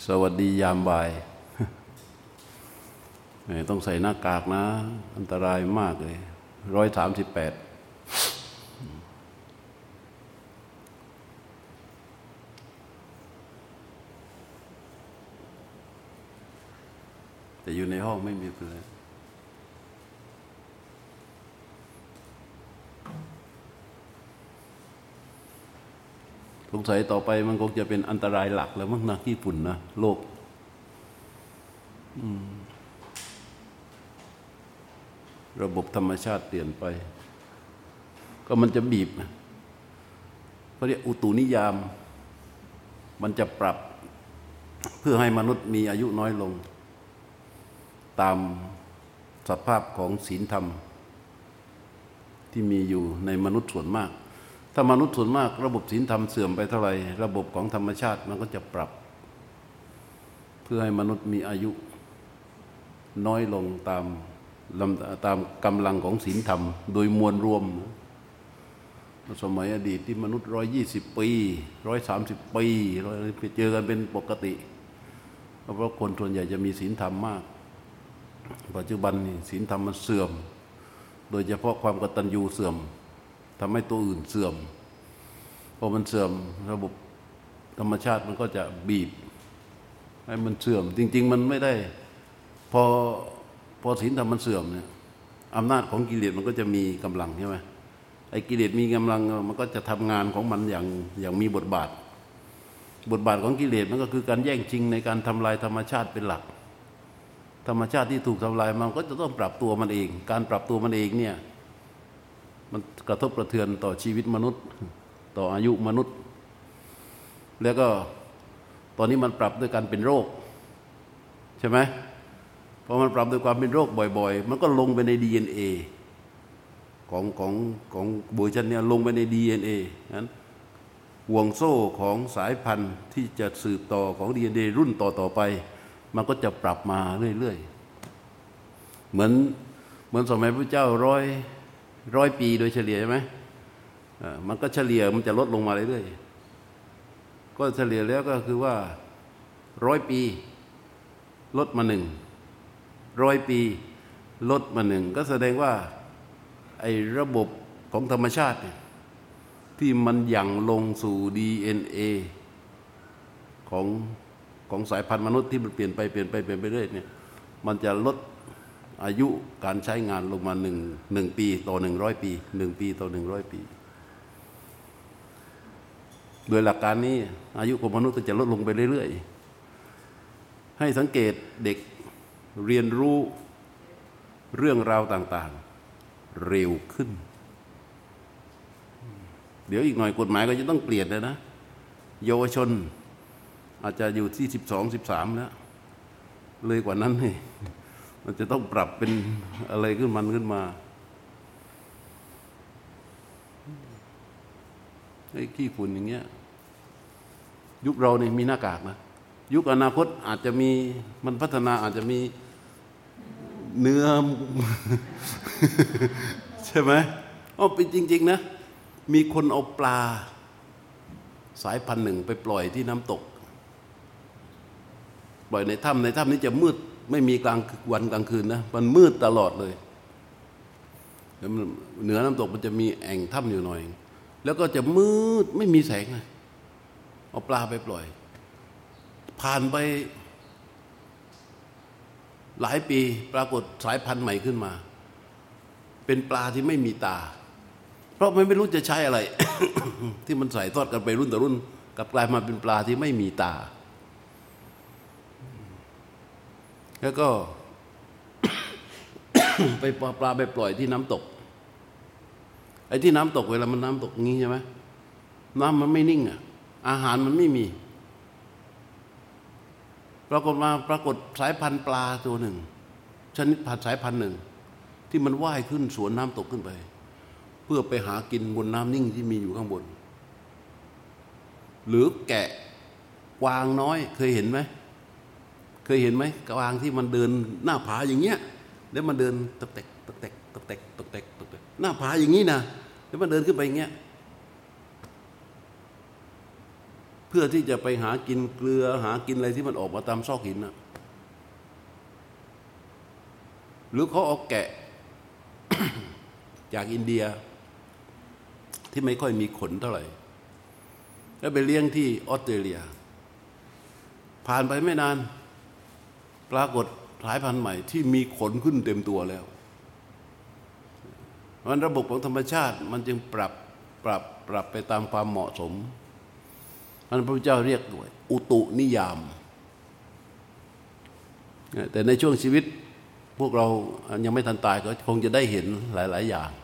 สวัสดียามบ่ายต้องใส่หน้ากากนะอันตรายมากเลย138แต่อยู่ในห้องไม่มีเลยสงสัยต่อไปมันคงจะเป็นอันตรายหลักแล้วมั้งนะญี่ปุ่นนะโลกระบบธรรมชาติเปลี่ยนไปก็มันจะบีบเขาเรียกอุตุนิยามมันจะปรับเพื่อให้มนุษย์มีอายุน้อยลงตามสภาพของศีลธรรมที่มีอยู่ในมนุษย์ส่วนมากถ้ามนุษย์ส่วนมากระบบศีลธรรมเสื่อมไปเท่าไหร่ระบบของธรรมชาติมันก็จะปรับเพื่อให้มนุษย์มีอายุน้อยลงตามกำลังของศีลธรรมโดยมวลรวมสมัยอดีตที่มนุษย์120 ปี130 ปีไปเจอกันเป็นปกติเพราะคนส่วนใหญ่จะมีศีลธรรมมากปัจจุบันนี่ศีลธรรมมันเสื่อมโดยเฉพาะความกตัญญูเสื่อมทำให้ตัวอื่นเสื่อมพอมันเสื่อมระบบธรรมชาติมันก็จะบีบให้มันเสื่อมจริงๆมันไม่ได้พอศีลธรรมมันเสื่อมเนี่ยอำนาจของกิเลสมันก็จะมีกำลังใช่ไหมไอ้กิเลสมีกำลังมันก็จะทำงานของมันอย่างมีบทบาทของกิเลสมันก็คือการแย่งชิงในการทำลายธรรมชาติเป็นหลักธรรมชาติที่ถูกทำลายมันก็จะต้องปรับตัวมันเองการปรับตัวมันเองเนี่ยมันกระทบกระเทือนต่อชีวิตมนุษย์ต่ออายุมนุษย์แล้วก็ตอนนี้มันปรับด้วยการเป็นโรคใช่ไหมพอมันปรับด้วยความเป็นโรคบ่อยๆมันก็ลงไปใน DNA ของบุคคลเนี่ยลงไปใน DNA นั้นห่วงโซ่ของสายพันธุ์ที่จะสืบต่อของ DNA รุ่นต่อไปมันก็จะปรับมาเรื่อยๆเหมือนสมัยพระเจ้าร้อยปีโดยเฉลี่ยใช่ไหมมันก็เฉลี่ยมันจะลดลงมาเรื่อยๆก็เฉลี่ยแล้วก็คือว่า100 ปีลดมา100 ปีลดมา1ก็แสดงว่าไอ้ระบบของธรรมชาติที่มันหยั่งลงสู่ DNA ของสายพันธุ์มนุษย์ที่มันเปลี่ยนไปเรื่อยเนี่ยมันจะลดอายุการใช้งานลงมา1 ปีต่อ100 ปี1 ปีต่อ100 ปีโดยหลักการนี้อายุของมนุษย์ก็จะลดลงไปเรื่อยๆให้สังเกตเด็กเรียนรู้เรื่องราวต่างๆเร็วขึ้นเดี๋ยวอีกหน่อยกฎหมายก็จะต้องเปลี่ยนเลยนะเยาวชนอาจจะอยู่ที่12-13แล้วเลยกว่านั้นนี่มันจะต้องปรับเป็นอะไรขึ้นมาไอ้ขี้ฝุ่นอย่างเงี้ยยุคเรานี่มีหน้ากากนะยุคอนาคตอาจจะมีมันพัฒนาอาจจะมีเนื้อ ใช่ไหมเป็นจริงๆนะมีคนเอาปลาสายพันธุ์หนึ่งไปปล่อยที่น้ำตกปล่อยในถ้ำนี้จะมืดไม่มีกลางวันกลางคืนนะมันมืดตลอดเลยแล้วเหนือน้ำตกมันจะมีแอ่งถ้ำอยู่หน่อยแล้วก็จะมืดไม่มีแสงเลยเอาปลาไปปล่อยผ่านไปหลายปีปรากฏสายพันธุ์ใหม่ขึ้นมาเป็นปลาที่ไม่มีตาเพราะมันไม่รู้จะใช้อะไร ที่มันใส่ทอดกันไปรุ่นต่อรุ่นกลับกลายมาเป็นปลาที่ไม่มีตาแล้วก็ ไปปลาไปปล่อยที่น้ำตกไอ้ที่น้ำตกเวลามันน้ำตกงี้ใช่ไหมน้ำมันไม่นิ่งอ่ะอาหารมันไม่มีปรากฏสายพันธุ์ปลาตัวหนึ่งชนิดสายพันธุ์หนึ่งที่มันว่ายขึ้นสวนน้ำตกขึ้นไปเพื่อไปหากินบนน้ำนิ่งที่มีอยู่ข้างบนหรือแกะกวางน้อยเคยเห็นไหมกวางที่มันเดินหน้าผาอย่างเงี้ยแล้วมันเดินตกแตกหน้าผาอย่างงี้นะแล้วมันเดินขึ้นไปอย่างเงี้ยพื่อที่จะไปหากินเกลือหากินอะไรที่มันออกมาตามซอกหินนะหรือเขาเอาแกะ จากอินเดียที่ไม่ค่อยมีขนเท่าไหร่แล้วไปเลี้ยงที่ออสเตรเลียผ่านไปไม่นานปรากฏสายพันธุ์ใหม่ที่มีขนขึ้นเต็มตัวแล้วมันระบบของธรรมชาติมันจึงปรับไปตามความเหมาะสมอันพระพุทธเจ้าเรียกด้วยอุตุนิยามแต่ในช่วงชีวิตพวกเรายังไม่ทันตายก็คงจะได้เห็นหลายๆอย่าง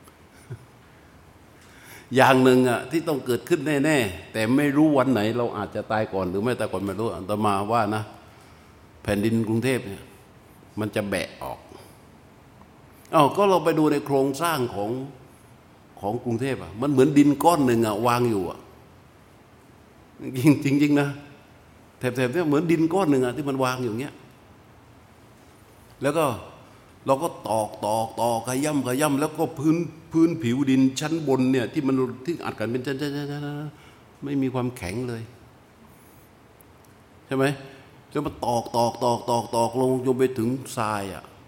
อย่างหนึ่งที่ต้องเกิดขึ้นแน่ๆแต่ไม่รู้วันไหนเราอาจจะตายก่อนหรือไม่ตายก่อนไม่รู้อาตมาว่านะแผ่นดินกรุงเทพเนี่ยมันจะแบะออกก็เราไปดูในโครงสร้างของกรุงเทพมันเหมือนดินก้อนหนึ่งวางอยู่จริงๆนะแถบๆเนี่ยเหมือนดินก้อนหนึ่งที่มันวางอยู่เงี้ยแล้วก็เราก็ตอกขย่ำแล้วก็พื้นผิวดินชั้นบนเนี่ยที่อัดกันเป็นชั้นๆไม่มีความแข็งเลยใช่ไหมแล้วมันตอกลงจนไปถึงทราย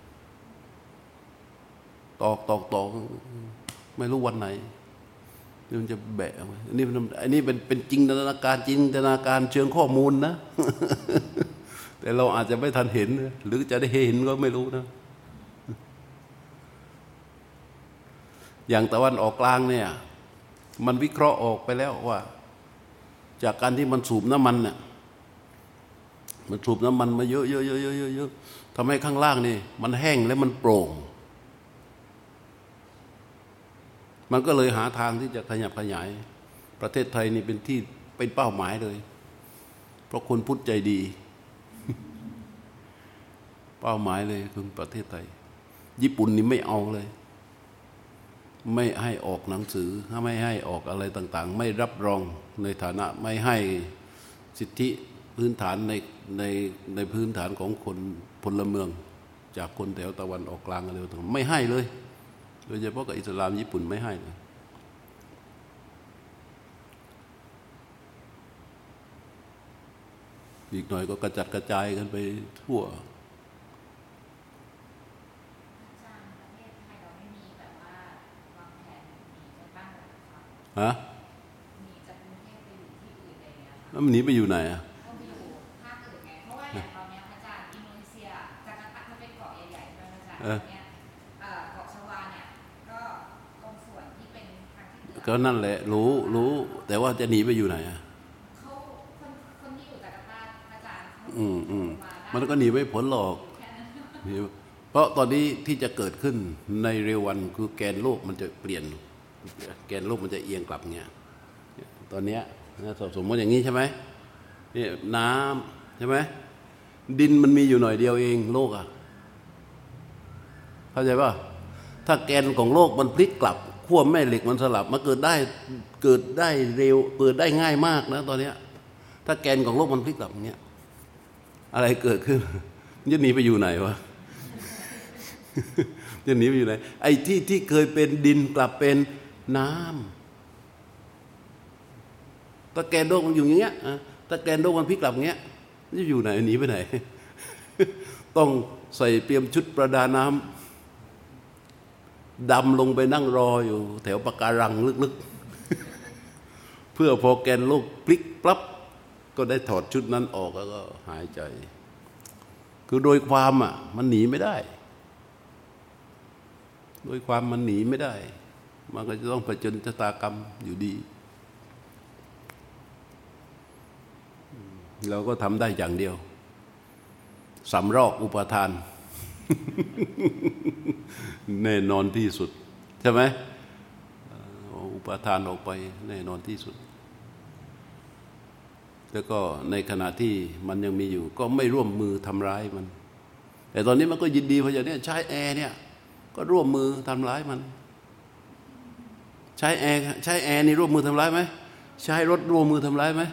ตอกไม่รู้วันไหนมันจะแบะอันนี้เป็นจินตนาการเชิงข้อมูลนะ แต่เราอาจจะไม่ทันเห็นหรือจะได้เห็นก็ไม่รู้นะอย่างตะวันออกกลางเนี่ยมันวิเคราะห์ออกไปแล้วว่าจากการที่มันสูบน้ำมันเนี่ยมันสูบน้ำมันมาเยอะทำให้ข้างล่างนี่มันแห้งและมันโปร่งมันก็เลยหาทางที่จะขยับขยายประเทศไทยนี่เป็นเป้าหมายเลยเพราะคนพุทธใจดี เป้าหมายเลยคือประเทศไทยญี่ปุ่นนี่ไม่เอาเลยไม่ให้ออกหนังสือไม่ให้ออกอะไรต่างๆไม่รับรองในฐานะไม่ให้สิทธิพื้นฐานในพื้นฐานของคนพลเมืองจากคนแถวตะวันออกกลางอะไรต่างๆไม่ให้เลยโดยเฉพาะกับอิสลามญี่ปุ่นไม่ให้เลยอีกหน่อยก็กระจัดกระจายกันไปทั่วฮะแล้วมันหนีไปอยู่ไหนก็ไปอยู่ภาคอื่นไงเพราะว่าอย่างตอนนี้พระอาจารย์อินโดนีเซียจาการ์ตามันเป็นเกาะใหญ่ๆใช่ไหมพระอาจารย์เนี่ยเกาะชวาเนี่ยก็ตรงส่วนที่เป็นทางที่เหนือก็นั่นแหละรู้แต่ว่าจะหนีไปอยู่ไหนเขาคนที่อยู่จาการ์ตาพระอาจารย์มันก็หนีไม่พ้นหรอกเพราะตอนนี้ที่จะเกิดขึ้นในเร็ววันคือแกนโลกมันจะเปลี่ยนแกนโลกมันจะเอียงกลับเงี้ยตอนนี้สมมติอย่างนี้ใช่ไหมนี่น้ำใช่ไหมดินมันมีอยู่หน่อยเดียวเองโลกเข้าใจป่ะถ้าแกนของโลกมันพลิกกลับขั้วแม่เหล็กมันสลับมาเกิดได้เร็วเกิดได้ง่ายมากนะตอนนี้ถ้าแกนของโลกมันพลิกกลับอย่างเงี้ยอะไรเกิดขึ้นจะหนีไปอยู่ไหนวะ จะหนีไปอยู่ไหนไอ้ที่เคยเป็นดินกลับเป็นน้ำตะแกนโลกมันอยู่อย่างเงี้ยตะแกนโลกมันพลิกกลับอย่างเงี้ยจะอยู่ไหนหนีไปไหน ต้องใส่เตรียมชุดประดาน้ำดำลงไปนั่งรออยู่แถวปะการังลึกๆ เพื่อพอแกนโลกพลิกปั๊บก็ได้ถอดชุดนั้นออกแล้วก็หายใจคือโดยความมันหนีไม่ได้โดยความมันหนีไม่ได้มันก็จะต้องเผชิญชะตากรรมอยู่ดีเราก็ทำได้อย่างเดียวสำรอกอุปทาน แน่นอนที่สุดใช่ไหมอุปทานออกไปแน่นอนที่สุดแล้วก็ในขณะที่มันยังมีอยู่ก็ไม่ร่วมมือทำร้ายมันแต่ตอนนี้มันก็ยินดีเพราะอย่างนี้ใช้แอร์เนี่ยก็ร่วมมือทำร้ายมันใช้แอร์นี่ร่วมมือทำร้ายไหมใช้รถร่วมมือทำร้ายไหม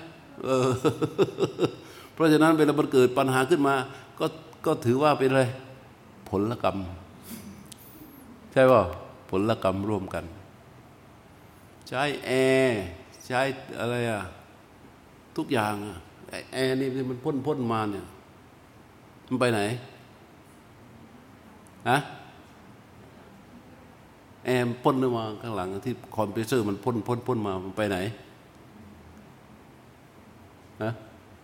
เพราะฉะนั้นเวลามันเกิดปัญหาขึ้นมาก็ถือว่าเป็นอะไรผลกรรมใช่ป่ะผลกรรมร่วมกันใช้แอร์ใช้อะไรทุกอย่างแอร์นี่มันพ่นมาเนี่ยมันไปไหนฮะแอร์พ่นมาข้างหลังที่คอมเพรสเซอร์มันพ่นมามันไปไหนฮะ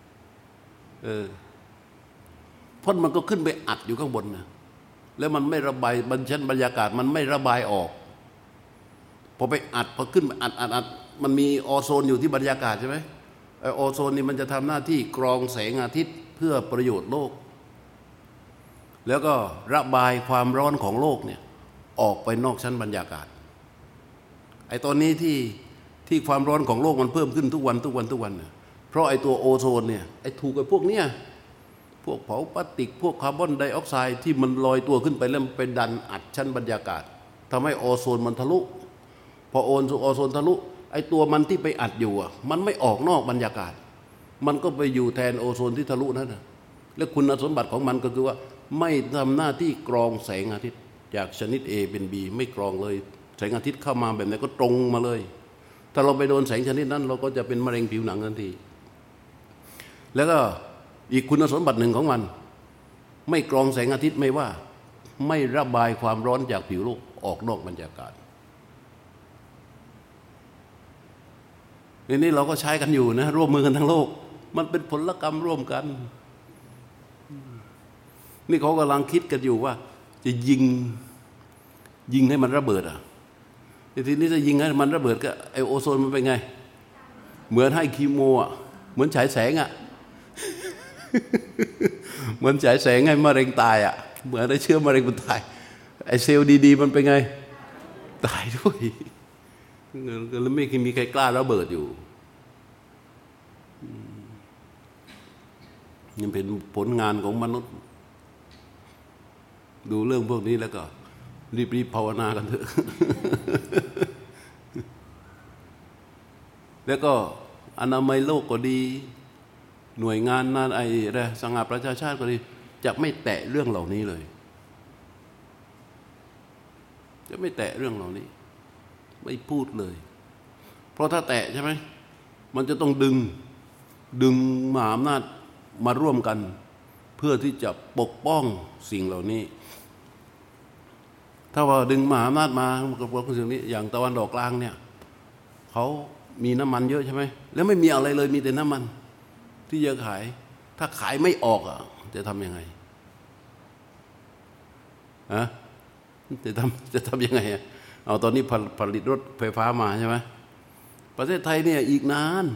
พ่นมันก็ขึ้นไปอัดอยู่ข้างบนนะแล้วมันไม่ระบายชั้นบรรยากาศมันไม่ระบายออกพอไปอัดพอขึ้นอัดมันมีโอโซนอยู่ที่บรรยากาศใช่ไหมไอโอโซนนี่มันจะทำหน้าที่กรองแสงอาทิตย์เพื่อประโยชน์โลกแล้วก็ระบายความร้อนของโลกเนี่ยออกไปนอกชั้นบรรยากาศไอตอนนี้ที่ความร้อนของโลกมันเพิ่มขึ้นทุกวันเนี่ยเพราะไอตัวโอโซนเนี่ยไอถูกไอพวกเนี้ยพวกเผาพลาสติกพวกคาร์บอนไดออกไซด์ที่มันลอยตัวขึ้นไปแล้วไปดันอัดชั้นบรรยากาศทำให้โอโซนมันทะลุพอโอโซนทะลุไอตัวมันที่ไปอัดอยู่มันไม่ออกนอกบรรยากาศมันก็ไปอยู่แทนโอโซนที่ทะลุนั่นนะและคุณสมบัติของมันก็คือว่าไม่ทำหน้าที่กรองแสงอาทิตย์จากชนิด A เป็น B ไม่กรองเลยแสงอาทิตย์เข้ามาแบบไหนก็ตรงมาเลยถ้าเราไปโดนแสงชนิดนั้นเราก็จะเป็นมะเร็งผิวหนังทันทีแล้วก็อีกคุณสมบัติหนึ่งของมันไม่กรองแสงอาทิตย์ไม่ว่าไม่ระบายความร้อนจากผิวโลกออกนอกบรรยากาศนี่เราก็ใช้กันอยู่นะร่วมมือกันทั้งโลกมันเป็นผลกรรมร่วมกันนี่เขากำลังคิดกันอยู่ว่าจะยิงให้มันระเบิดทีนี้จะยิงให้มันระเบิดก็ไอโอโซนมันเป็นไงเหมือนให้คีโมเหมือนฉายแสงเหมือนฉายแสงให้มะเร็งตายเหมือนได้เชื้อมะเร็งมันตายไอเซลล์ดีๆมันเป็นไงตายด้วยแล้วไม่มีใครกล้าระเบิดอยู่ยังเป็นผลงานของมนุษย์ดูเรื่องพวกนี้แล้วก็รีบภาวนากันเถอะ แล้วก็อนามัยโลกก็ดีหน่วยงานนั่นอะไรสหประชาชาติก็ดีจะไม่แตะเรื่องเหล่านี้เลยจะไม่แตะเรื่องเหล่านี้ไม่พูดเลยเพราะถ้าแตะใช่ไหมมันจะต้องดึงมหาอำนาจมาร่วมกันเพื่อที่จะปกป้องสิ่งเหล่านี้ถ้าว่าดึงมหาอำนาจมากับพวกสิ่งนี้อย่างตะวันออกกลางเนี่ยเขามีน้ำมันเยอะใช่ไหมแล้วไม่มีอะไรเลยมีแต่น้ำมันที่จะขายถ้าขายไม่ออกจะทำยังไงจะทำยังไงเอาตอนนี้ผลิตรถไฟฟ้ามาใช่ไหมประเทศไทยเนี่ยอีกนาน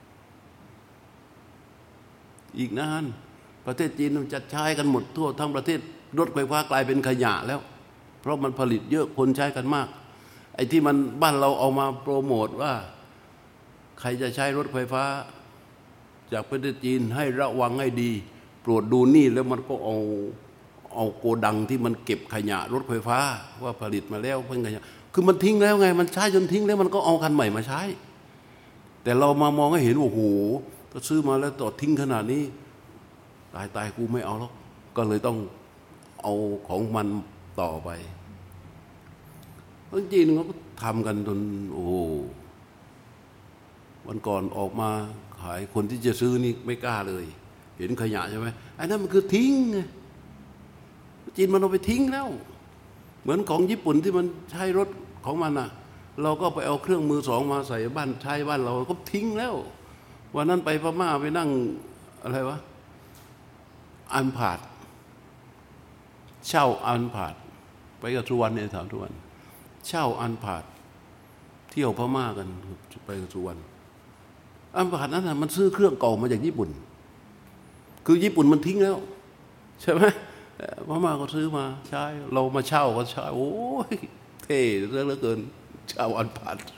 ประเทศจีนมันจะใช้กันหมดทั่วทั้งประเทศรถไฟฟ้ากลายเป็นขยะแล้วเพราะมันผลิตเยอะคนใช้กันมากไอ้ที่มันบ้านเราเอามาโปรโมทว่าใครจะใช้รถไฟฟ้าจากประเทศจีนให้ระวังให้ดีโปรดดูนี่แล้วมันก็เอาโกดังที่มันเก็บขยะรถไฟฟ้าว่าผลิตมาแล้วเป็นขยะคือมันทิ้งแล้วไงมันใช้จนทิ้งแล้วมันก็เอาคันใหม่มาใช้แต่เรามามองให้เห็นว่าโอ้โหถ้าซื้อมาแล้วต่อทิ้งขนาดนี้ตายกูไม่เอาหรอกก็เลยต้องเอาของมันต่อไปคนจีนเขาก็ทำกันจนโอ้วันก่อนออกมาขายคนที่จะซื้อนี่ไม่กล้าเลยเห็นขยะใช่ไหมไอ้นั่นมันคือทิ้งไงจีนมันเอาไปทิ้งแล้วเหมือนของญี่ปุ่นที่มันใช้รถของมันเราก็ไปเอาเครื่องมือสองมาใส่บ้านใช้บ้านเราก็ทิ้งแล้ววันนั้นไปพม่าไปนั่งอะไรวะอันผาดเช่าอันผาดไปกับสุวรรณเนี่ยถามสุวรรณเช่าอันผาดเที่ยวพม่ากันไปกับสุวรรณอันผาดนั้นมันซื้อเครื่องเก่ามาจากญี่ปุ่นคือญี่ปุ่นมันทิ้งแล้วใช่ไหมพม่าก็ซื้อมาใช้เรามาเช่าก็ใช้โอ้ยเท่เหลือเกินเช่าอันผาด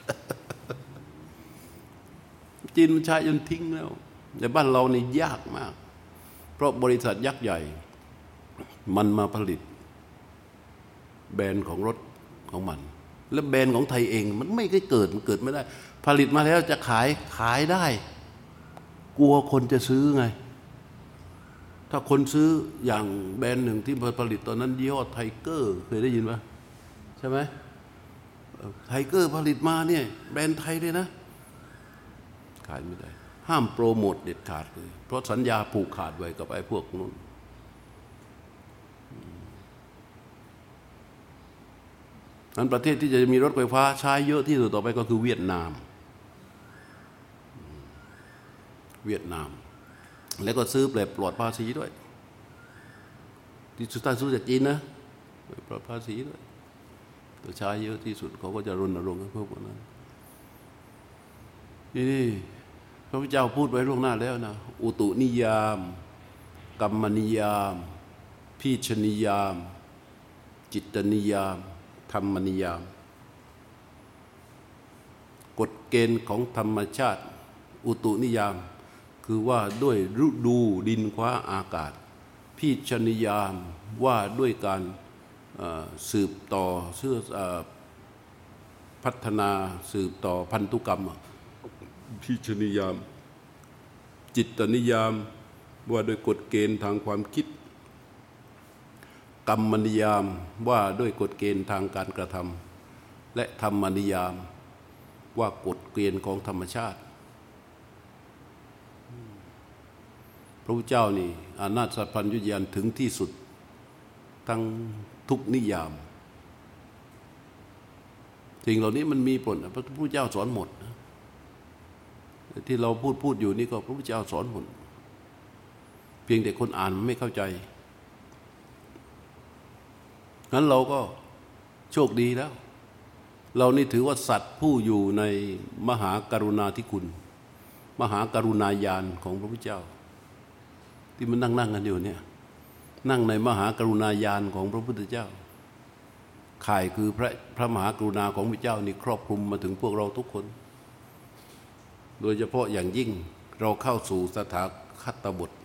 จีนมันใช้จนทิ้งแล้วแต่บ้านเรานี่ยากมากเพราะบริษัทยักษ์ใหญ่มันมาผลิตแบรนด์ของรถของมันและแบรนด์ของไทยเองมันไม่ได้เกิดไม่ได้ผลิตมาแล้วจะขายได้กลัวคนจะซื้อไงถ้าคนซื้ออย่างแบรนด์หนึ่งที่ผลิตตอนนั้นยี่ห้อไทเกอร์เคยได้ยินไหมใช่ไหมไทเกอร์ผลิตมาเนี่ยแบรนด์ไทยเลยนะขายไม่ได้ห้ามโปรโมทเด็ดขาดเลยเพราะสัญญาผูกขาดไว้กับไอ้พวกนู้นอันประเทศที่จะมีรถไฟฟ้าใช้เยอะที่สุดต่อไปก็คือเวียดนาม แล้วก็ซื้อแบบปลอดภาษีด้วยที่สุดท้ายซื้อจากจีนนะปลอดภาษีด้วยแต่ใช้เยอะที่สุดเขาก็จะรณรงค์ให้พวกนั้นนี่พระพุทธเจ้าพูดไว้ล่วงหน้าแล้วนะอุตุนิยามกัมมนิยามพีชนิยามจิตนิยามธรรมนิยามกฎเกณฑ์ของธรรมชาติอุตุนิยามคือว่าด้วยฤดูดินฟ้าอากาศพีชนิยามว่าด้วยการสืบต่อพัฒนาสืบต่อพันธุกรรมพีชนิยามจิตนิยามว่าด้วยกฎเกณฑ์ทางความคิดกรรมนิยามว่าด้วยกฎเกณฑ์ทางการกระทำและธรรมนิยามว่ากฎเกณฑ์ของธรรมชาติพระพุทธเจ้านี่อำนาจสัพพัญญุญาณถึงที่สุดทั้งทุกนิยามสิ่งเหล่านี้มันมีผลพระพุทธเจ้าสอนหมดที่เราพูดอยู่นี่ก็พระพุทธเจ้าสอนหมดเพียงแต่คนอ่านไม่เข้าใจงั้นเราก็โชคดีแล้วเรานี่ถือว่าสัตว์ผู้อยู่ในมหากรุณาธิคุณมหากรุณาญาณของพระพุทธเจ้าที่มันนั่งกันอยู่เนี่ยนั่งในมหากรุณาญาณของพระพุทธเจ้าข่ายคือพระมหากรุณาของพระเจ้านี่ครอบคลุมมาถึงพวกเราทุกคนโดยเฉพาะอย่างยิ่งเราเข้าสู่ตถาคตบท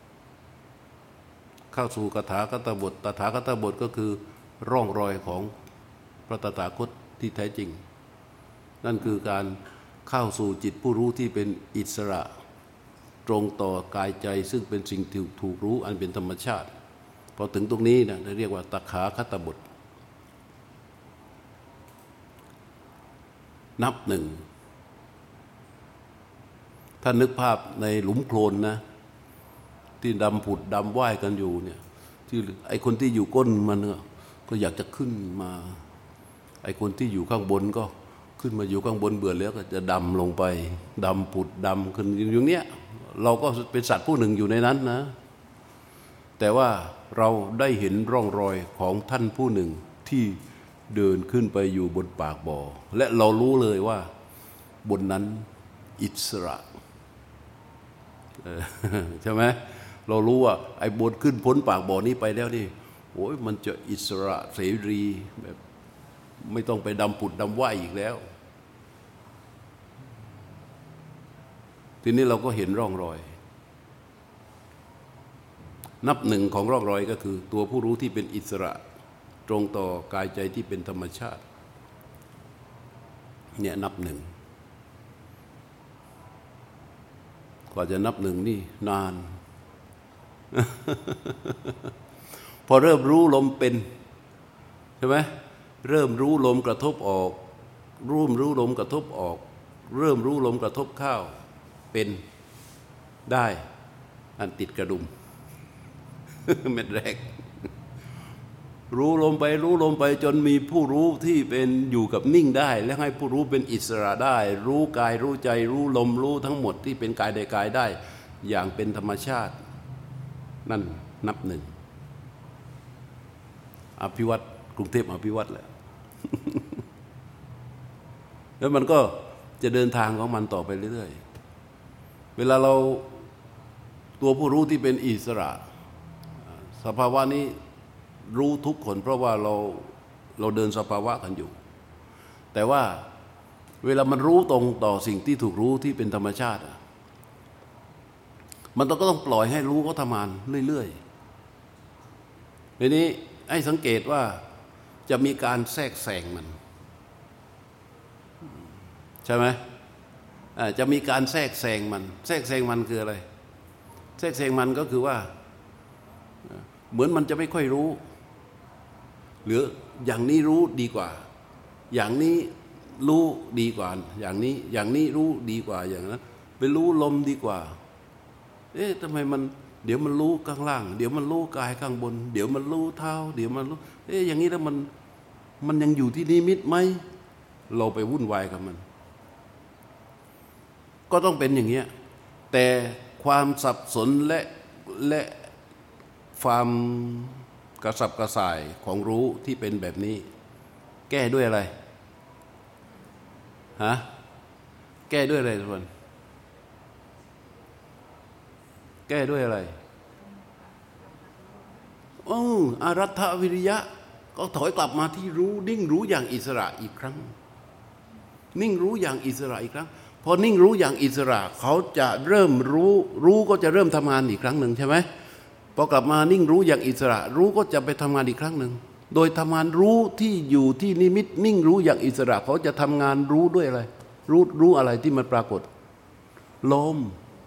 เข้าสู่ตถาคตบทตถาคตบทก็คือร่องรอยของพระตถาคตที่แท้จริงนั่นคือการเข้าสู่จิตผู้รู้ที่เป็นอิสระตรงต่อกายใจซึ่งเป็นสิ่งที่ถูกรู้อันเป็นธรรมชาติพอถึงตรงนี้นะเรียกว่าตถาคตบทนับหนึ่งถ้านึกภาพในหลุมโคลนนะที่ดำผุดดำว่ายกันอยู่เนี่ยที่ไอคนที่อยู่ก้นมันก็อยากจะขึ้นมาไอคนที่อยู่ข้างบนก็ขึ้นมาอยู่ข้างบนเบื่อแล้วก็จะดำลงไปดำผุดดำขึ้นอย่างเนี้ยเราก็เป็นสัตว์ผู้หนึ่งอยู่ในนั้นนะแต่ว่าเราได้เห็นร่องรอยของท่านผู้หนึ่งที่เดินขึ้นไปอยู่บนปากบ่อและเรารู้เลยว่าบนนั้นอิสระใช่ไหมเรารู้ว่าไอ้บนขึ้นพ้นปากบ่อนี้ไปแล้วนี่โอ้ยมันจะอิสระเสรีแบบไม่ต้องไปดำผุดดำว่ายอีกแล้วทีนี้เราก็เห็นร่องรอยนับหนึ่งของร่องรอยก็คือตัวผู้รู้ที่เป็นอิสระตรงต่อกายใจที่เป็นธรรมชาติเนี่ยนับหนึ่งกว่าจะนับหนึ่งนี่นาน พอเริ่มรู้ลมเป็นใช่ไหมเริ่มรู้ลมกระทบออกรู้ลมกระทบออกเริ่มรู้ลมกระทบเข้าเป็นได้อันติดกระดุม เม็ดแรกรู้ลมไปจนมีผู้รู้ที่เป็นอยู่กับนิ่งได้และให้ผู้รู้เป็นอิสระได้รู้กายรู้ใจรู้ลมรู้ทั้งหมดที่เป็นกายใดกายได้อย่างเป็นธรรมชาตินั่นนับหนึ่งอภิวัตกรุงเทพอภิวัตแหละ แล้วมันก็จะเดินทางของมันต่อไปเรื่อยๆเวลาเราตัวผู้รู้ที่เป็นอิสระสภาวะนี้รู้ทุกคนเพราะว่าเราเดินสภาวะกันอยู่แต่ว่าเวลามันรู้ตรงต่อสิ่งที่ถูกรู้ที่เป็นธรรมชาติมันก็ต้องปล่อยให้รู้เขาทำงานเรื่อยๆทีนี้ให้สังเกตว่าจะมีการแทรกแซงมันใช่ไหมจะมีการแทรกแซงมันคืออะไรแทรกแซงมันก็คือว่าเหมือนมันจะไม่ค่อยรู้หรืออย่างนี้รู้ดีกว่าอย่างนี้รู้ดีกว่าอย่างนี้รู้ดีกว่าอย่างนั้นไปรู้ลมดีกว่าทำไมมันเดี๋ยวมันรู้ข้างล่างเดี๋ยวมันรู้กายข้างบนเดี๋ยวมันรู้เท้าเดี๋ยวมันรู้อย่างนี้แล้วมันยังอยู่ที่นิมิตไหมเราไปวุ่นวายกับมันก็ต้องเป็นอย่างเงี้ยแต่ความสับสนและความกระสับกระส่ายของรู้ที่เป็นแบบนี้แก้ด้วยอะไรฮะแก้ด้วยอะไรทุกคนแก้ด้วยอะไรอารัฐวิริยะก็ถอยกลับมาที่รู้นิ่งรู้อย่างอิสระอีกครั้งนิ่งรู้อย่างอิสระอีกครั้งพอนิ่งรู้อย่างอิสระเขาจะเริ่มรู้ก็จะเริ่มทำงานอีกครั้งหนึ่งใช่ไหมพอกลับมานิ่งรู้อย่างอิสระรู้ก็จะไปทำงานอีกครั้งหนึ่งโดยทำงานรู้ที่อยู่ที่นิมิตนิ่งรู้อย่างอิสระเขาจะทำงานรู้ด้วยอะไรรู้อะไรที่มันปรากฏลม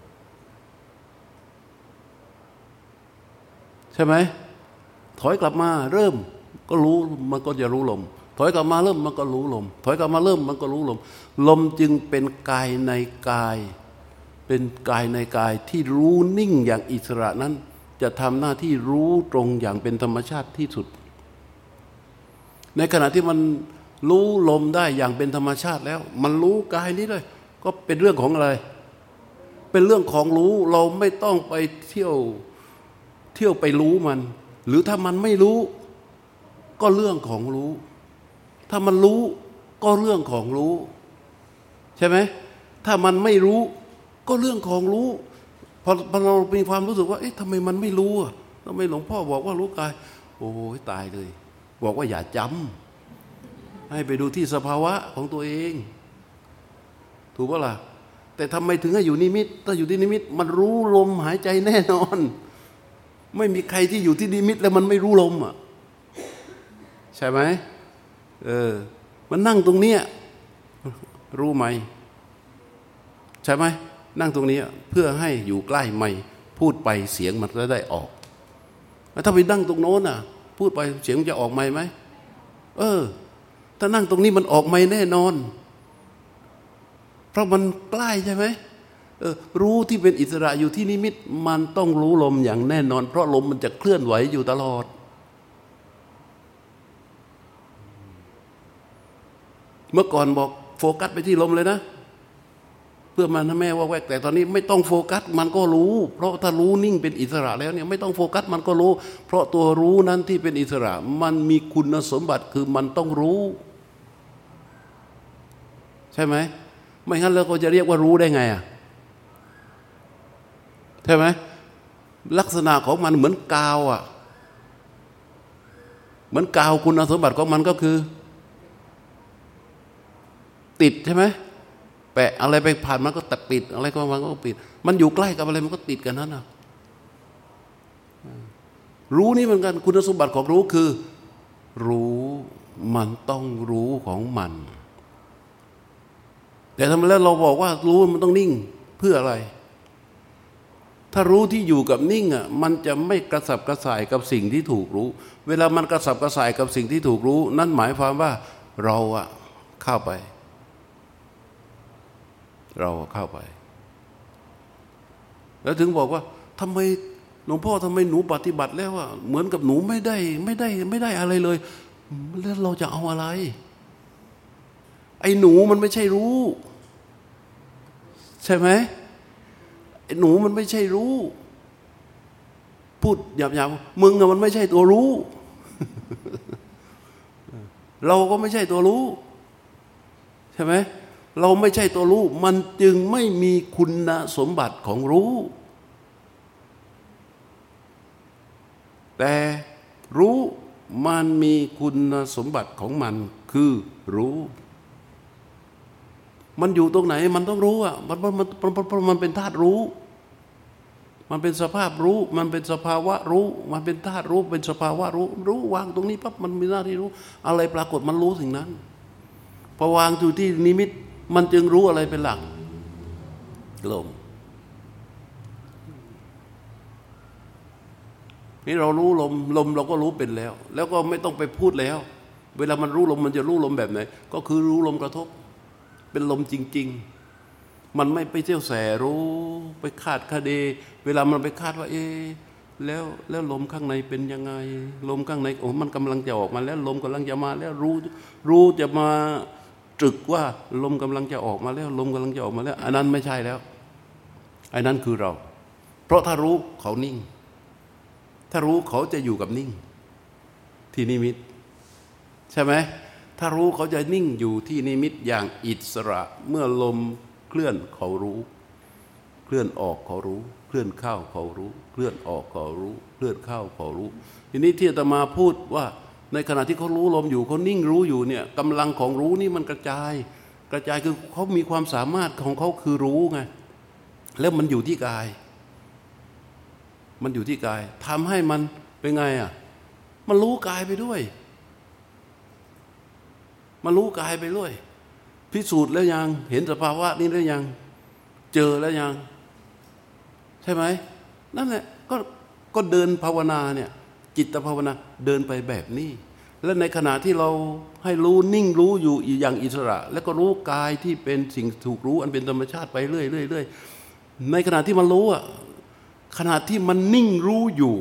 ใช่ไหมถอยกลับมาเริ่มก็รู้มันก็จะรู้ลมถอยกลับมาเริ่มมันก็รู้ลมถอยกลับมาเริ่มมันก็รู้ลมลมจึงเป็นกายในกายเป็นกายในกายที่รู้นิ่งอย่างอิสระนั้นจะทำหน้าที่รู้ตรงอย่างเป็นธรรมชาติที่สุดในขณะที่มันรู้ลมได้อย่างเป็นธรรมชาติแล้วมันรู้กายนี้เลยก็เป็นเรื่องของอะไรเป็นเรื่องของรู้เราไม่ต้องไปเที่ยวไปรู้มันหรือถ้ามันไม่รู้ก็เรื่องของรู้ถ้ามันรู้ก็เรื่องของรู้ใช่ไหมถ้ามันไม่รู้ก็เรื่องของรู้พอเรามีความรู้สึกว่าทำไมมันไม่รู้ทำไมหลวงพ่อบอกว่ารู้กายโอ้ยตายเลยบอกว่าอย่าจำให้ไปดูที่สภาวะของตัวเองถูกปะล่ะแต่ทำไมถึงให้อยู่นิมิตถ้าอยู่ที่นิมิตมันรู้ลมหายใจแน่นอนไม่มีใครที่อยู่ที่นิมิตแล้วมันไม่รู้ลมใช่ไหมมันนั่งตรงเนี้ยรู้ไหมใช่ไหมนั่งตรงนี้เพื่อให้อยู่ใกล้ไมค์พูดไปเสียงมันจะได้ออกแล้วถ้าไปนั่งตรงโน้นพูดไปเสียงจะออกไมค์ไหมถ้านั่งตรงนี้มันออกไมค์แน่นอนเพราะมันใกล้ใช่ไหมรู้ที่เป็นอิสระอยู่ที่นิมิตมันต้องรู้ลมอย่างแน่นอนเพราะลมมันจะเคลื่อนไหวอยู่ตลอดเมื่อก่อนบอกโฟกัสไปที่ลมเลยนะเพื่อมันให้แม่ว่าแวกแต่ตอนนี้ไม่ต้องโฟกัสมันก็รู้เพราะถ้ารู้นิ่งเป็นอิสระแล้วเนี่ยไม่ต้องโฟกัสมันก็รู้เพราะตัวรู้นั้นที่เป็นอิสระมันมีคุณสมบัติคือมันต้องรู้ใช่ไหมไม่งั้นเราก็จะเรียกว่ารู้ได้ไงใช่ไหมลักษณะของมันเหมือนกาวเหมือนกาวคุณสมบัติของมันก็คือติดใช่ไหมแปะอะไรไปผ่านมันก็ติดอะไรก็มันก็ปิดมันอยู่ใกล้กับอะไรมันก็ติดกันนั้นรู้นี่เหมือนกันคุณสมบัติของรู้คือรู้มันต้องรู้ของมันแต่ทำไมแล้วเราบอกว่ารู้มันต้องนิ่งเพื่ออะไรถ้ารู้ที่อยู่กับนิ่งมันจะไม่กระสับกระส่ายกับสิ่งที่ถูกรู้เวลามันกระสับกระส่ายกับสิ่งที่ถูกรู้นั่นหมายความว่าเราเข้าไปแล้วถึงบอกว่าทำไมหลวงพ่อทำไมหนูปฏิบัติแล้วเหมือนกับหนูไม่ได้อะไรเลยแล้วเราจะเอาอะไรไอ้หนูมันไม่ใช่รู้ใช่ไหมไอ้หนูมันไม่ใช่รู้พูดหยาบๆมึงมันไม่ใช่ตัวรู้ เราก็ไม่ใช่ตัวรู้ใช่ไหมเราไม่ใช่ตัวรู้มันจึงไม่มีคุณสมบัติของรู้แต่รู้มันมีคุณสมบัติของมันคือรู้มันอยู่ตรงไหนมันต้องรู้มันเป็นธาตุรู้มันเป็นสภาพรู้มันเป็นสภาวะรู้มันเป็นธาตุรู้เป็นสภาวะรู้วางตรงนี้ปั๊บมันมีหน้าที่รู้อะไรปรากฏมันรู้สิ่งนั้นพอวางอยู่ที่นิมิตมันจึงรู้อะไรเป็นหลักลมนี่เรารู้ลมเราก็รู้เป็นแล้วก็ไม่ต้องไปพูดแล้วเวลามันรู้ลมมันจะรู้ลมแบบไหนก็คือรู้ลมกระทบเป็นลมจริงๆมันไม่ไปเที่ยวแสรู้ไปคาดคะเนเวลามันไปคาดว่าแล้วลมข้างในเป็นยังไงลมข้างในโอ้มันกำลังจะออกมาแล้วลมกำลังจะมาแล้วรู้จะมาตรึกว่าลมกำลังจะออกมาแล้วลมกำลังจะออกมาแล้วอันนั้นไม่ใช่แล้วอันนั้นคือเราเพราะถ้ารู้เขานิ่งถ้ารู้เขาจะอยู่กับนิ่งที่นิมิตใช่ไหมถ้ารู้เขาจะนิ่งอยู่ที่นิมิตอย่างอิสระเมื่อลมเคลื่อนเขารู้เคลื่อนออกเขารู้เคลื่อนเข้าเขารู้เคลื่อนออกเขารู้เคลื่อนเข้าเขารู้ทีนี้ที่อาตมาพูดว่าในขณะที่เขารู้ลมอยู่เขานิ่งรู้อยู่เนี่ยกำลังของรู้นี่มันกระจายคือเขามีความสามารถของเขาคือรู้ไงแล้วมันอยู่ที่กายมันอยู่ที่กายทำให้มันเป็นไงอ่ะมันรู้กายไปด้วยมันรู้กายไปด้วยพิสูจน์แล้วยังเห็นสภาวะนี้แล้วยังเจอแล้วยังใช่ไหมนั่นแหละก็เดินภาวนาเนี่ยจิตภาวนาเดินไปแบบนี้และในขณะที่เราให้รู้นิ่งรู้อยู่อย่างอิสระแล้วก็รู้กายที่เป็นสิ่งถูกรู้อันเป็นธรรมชาติไปเรื่อยในขณะที่มันรู้อ่ะขณะที่มันนิ่งรู้อยู่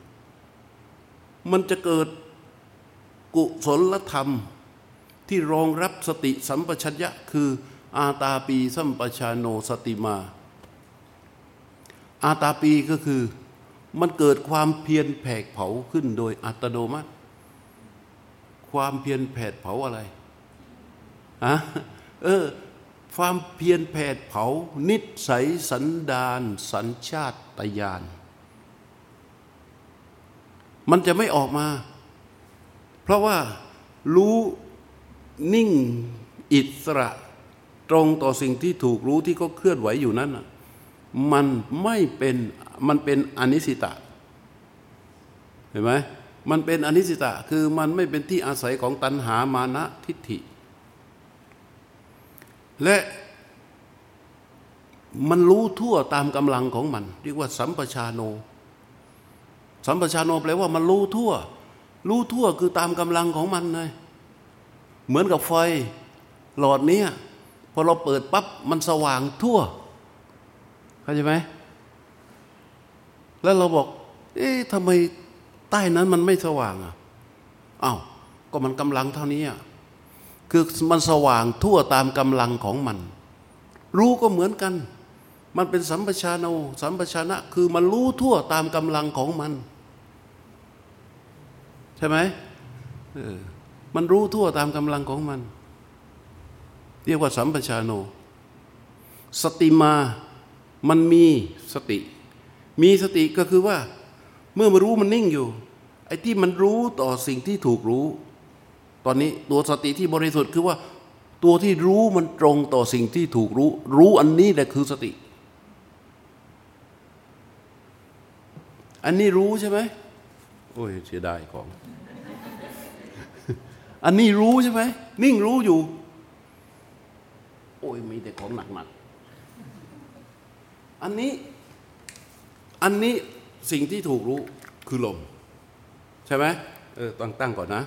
มันจะเกิดกุศลธรรมที่รองรับสติสัมปชัญญะคืออาตาปีสัมปชาโนสติมาอาตาปีก็คือมันเกิดความเพียรแผดเผาขึ้นโดยอัตโนมัติความเพียรแผดเผาอะไรความเพียรแผดเผานิสัยสันดานสัญชาตญาณมันจะไม่ออกมาเพราะว่ารู้นิ่งอิสระตรงต่อสิ่งที่ถูกรู้ที่เขาเคลื่อนไหวอยู่นั้นมันเป็นอนิสิตะเห็นไหมมันเป็นอนิสิตะคือมันไม่เป็นที่อาศัยของตัณหามานะทิฏฐิและมันรู้ทั่วตามกำลังของมันเรียกว่าสัมปชาโนสัมปชาโนแปลว่ามันรู้ทั่วคือตามกำลังของมันเลยเหมือนกับไฟหลอดนี้พอเราเปิดปั๊บมันสว่างทั่วเข้าใจไหมแล้วเราบอกทำไมใต้นั้นมันไม่สว่างอ้าวก็มันกำลังเท่านี้คือมันสว่างทั่วตามกำลังของมันรู้ก็เหมือนกันมันเป็นสัมปชาโนสัมปชานะคือมันรู้ทั่วตามกำลังของมันใช่ไหมมันรู้ทั่วตามกำลังของมันเรียกว่าสัมปชาโนสติมามันมีสติก็คือว่าเมื่อมารู้มันนิ่งอยู่ไอ้ที่มันรู้ต่อสิ่งที่ถูกรู้ตอนนี้ตัวสติที่บริสุทธิ์คือว่าตัวที่รู้มันตรงต่อสิ่งที่ถูกรู้อันนี้แหละคือสติอันนี้รู้ใช่ไหมโอ้ยเสียดายของ อันนี้รู้ใช่ไหมนิ่งรู้อยู่โอ้ยมีแต่ของหนักๆอันนี้สิ่งที่ถูกรู้คือลมใช่ไหมตั้งก่อนนะ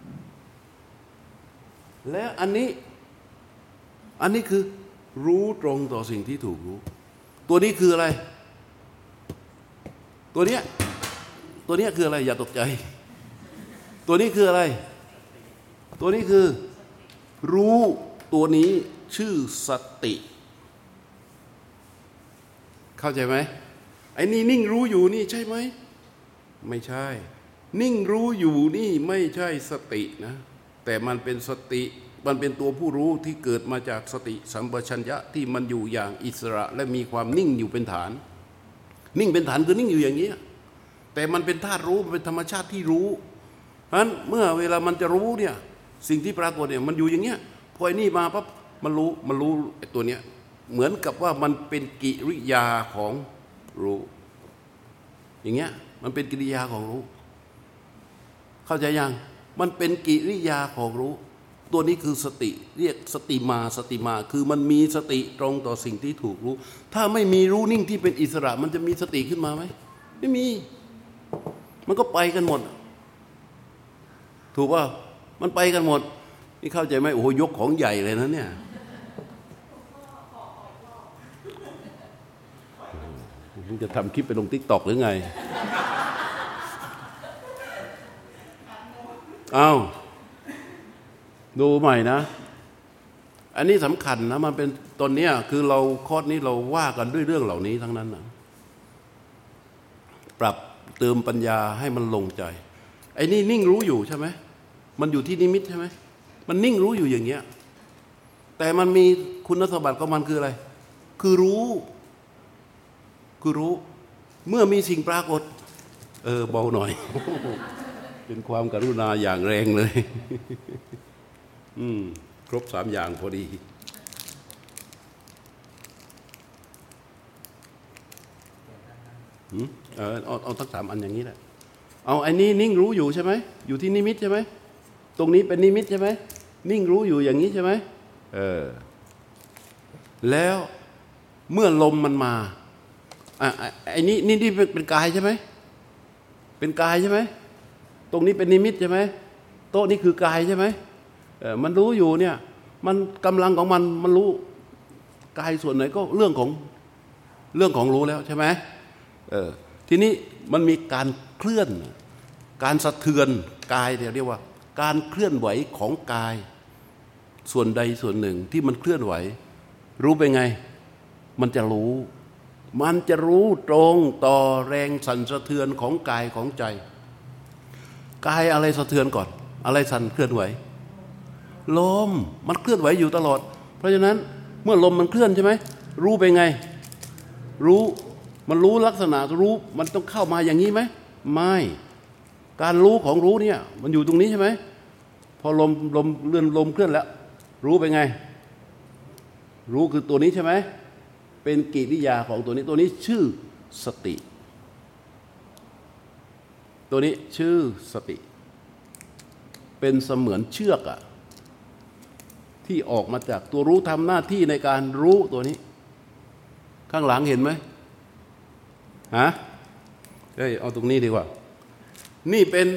แล้วอันนี้คือรู้ตรงต่อสิ่งที่ถูกรู้ตัวนี้คืออะไรตัวเนี้ยคืออะไรอย่าตกใจตัวนี้คืออะไรตัวนี้คือรู้ตัวนี้ชื่อสติเข้าใจไหมไอ้นี่นิ่งรู้อยู่นี่ใช่ไหมไม่ใช่นิ่งรู้อยู่นี่ไม่ใช่สตินะแต่มันเป็นสติมันเป็นตัวผู้รู้ที่เกิดมาจากสติสัมปชัญญะที่มันอยู่อย่างอิสระและมีความนิ่งอยู่เป็นฐานนิ่งเป็นฐานคือนิ่งอยู่อย่างนี้แต่มันเป็นธาตุรู้มันเป็นธรรมชาติที่รู้เพราะฉะนั้นเมื่อเวลามันจะรู้เนี่ยสิ่งที่ปรากฏเนี่ยมันอยู่อย่างเงี้ยพอไอ้นี่มาปั๊บมันรู้ไอ้ตัวเนี้ยเหมือนกับว่ามันเป็นกิริยาของรู้อย่างเงี้ยมันเป็นกิริยาของรู้เข้าใจยังมันเป็นกิริยาของรู้ตัวนี้คือสติเรียกสติมาคือมันมีสติตรงต่อสิ่งที่ถูกรู้ถ้าไม่มีรู้นิ่งที่เป็นอิสระมันจะมีสติขึ้นมาไหมไม่มีมันก็ไปกันหมดถูกป่ะมันไปกันหมดนี่เข้าใจไหมโอ้โหยกของใหญ่เลยนะเนี่ยมึงจะทำคลิปไปลง TikTok หรือไงอ้าวดูใหม่นะอันนี้สำคัญนะมันเป็นตอนนี้คือเราคอร์สนี้เราว่ากันด้วยเรื่องเหล่านี้ทั้งนั้นนะปรับเติมปัญญาให้มันลงใจไอ้นี่นิ่งรู้อยู่ใช่ไหมมันอยู่ที่นิมิตใช่ไหมมันนิ่งรู้อยู่อย่างเงี้ยแต่มันมีคุณสมบัติของมันคืออะไรคือรู้เมื่อมีสิ่งปรากฏเบาหน่อย เป็นความกรุณาอย่างแรงเลยครบ3อย่างพอดีเอาทั้ง3อันอย่างนี้แหละเอาไอ้นี่นิ่งรู้อยู่ใช่ไหมอยู่ที่นิมิตใช่ไหมตรงนี้เป็นนิมิตใช่ไหมนิ่งรู้อยู่อย่างนี้ใช่ไหมแล้วเมื่อลมมันมาไอ้นี่เป็นกายใช่ไหมเป็นกายใช่ไหมตรงนี้เป็นนิมิตใช่ไหมโต๊ะนี่คือกายใช่ไหมมันรู้อยู่เนี่ยมันกำลังของมันรู้กายส่วนไหนก็เรื่องของรู้แล้วใช่ไหมทีนี้มันมีการเคลื่อนการสะเทือนกายเรียกว่าการเคลื่อนไหวของกายส่วนใดส่วนหนึ่งที่มันเคลื่อนไหวรู้ไปไงมันจะรู้ตรงต่อแรงสั่นสะเทือนของกายของใจกายอะไรสะเทือนก่อนอะไรสั่นเคลื่อนไหวลมมันเคลื่อนไหวอยู่ตลอดเพราะฉะนั้นเมื่อลมมันเคลื่อนใช่ไหมรู้ไปไงมันรู้ลักษณะรู้มันต้องเข้ามาอย่างนี้ไหมไม่การรู้ของรู้เนี่ยมันอยู่ตรงนี้ใช่ไหมพอลมเคลื่อนแล้วรู้ไปไงรู้คือตัวนี้ใช่ไหมเป็นกิริยาของตัวนี้ชื่อสติตัวนี้ชื่อสติเป็นเสมือนเชือกที่ออกมาจากตัวรู้ทำหน้าที่ในการรู้ตัวนี้ข้างหลังเห็นไหมเอาตรงนี้ดีกว่านี่เป็น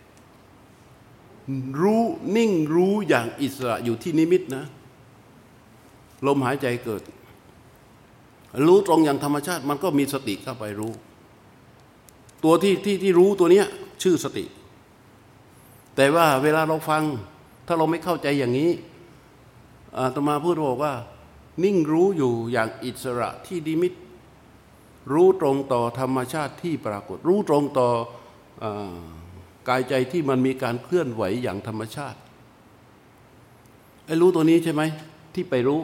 รู้นิ่งรู้อย่างอิสระอยู่ที่นิมิตนะลมหายใจเกิดรู้ตรงอย่างธรรมชาติมันก็มีสติเข้าไปรู้ตัวที่รู้ตัวนี้ชื่อสติแต่ว่าเวลาเราฟังถ้าเราไม่เข้าใจอย่างนี้อาตมาพูดบอกว่านิ่งรู้อยู่อย่างอิสระที่นิมิตรู้ตรงต่อธรรมชาติที่ปรากฏรู้ตรงต่อกายใจที่มันมีการเคลื่อนไหวอย่างธรรมชาติไอ้รู้ตัวนี้ใช่ไหมที่ไปรู้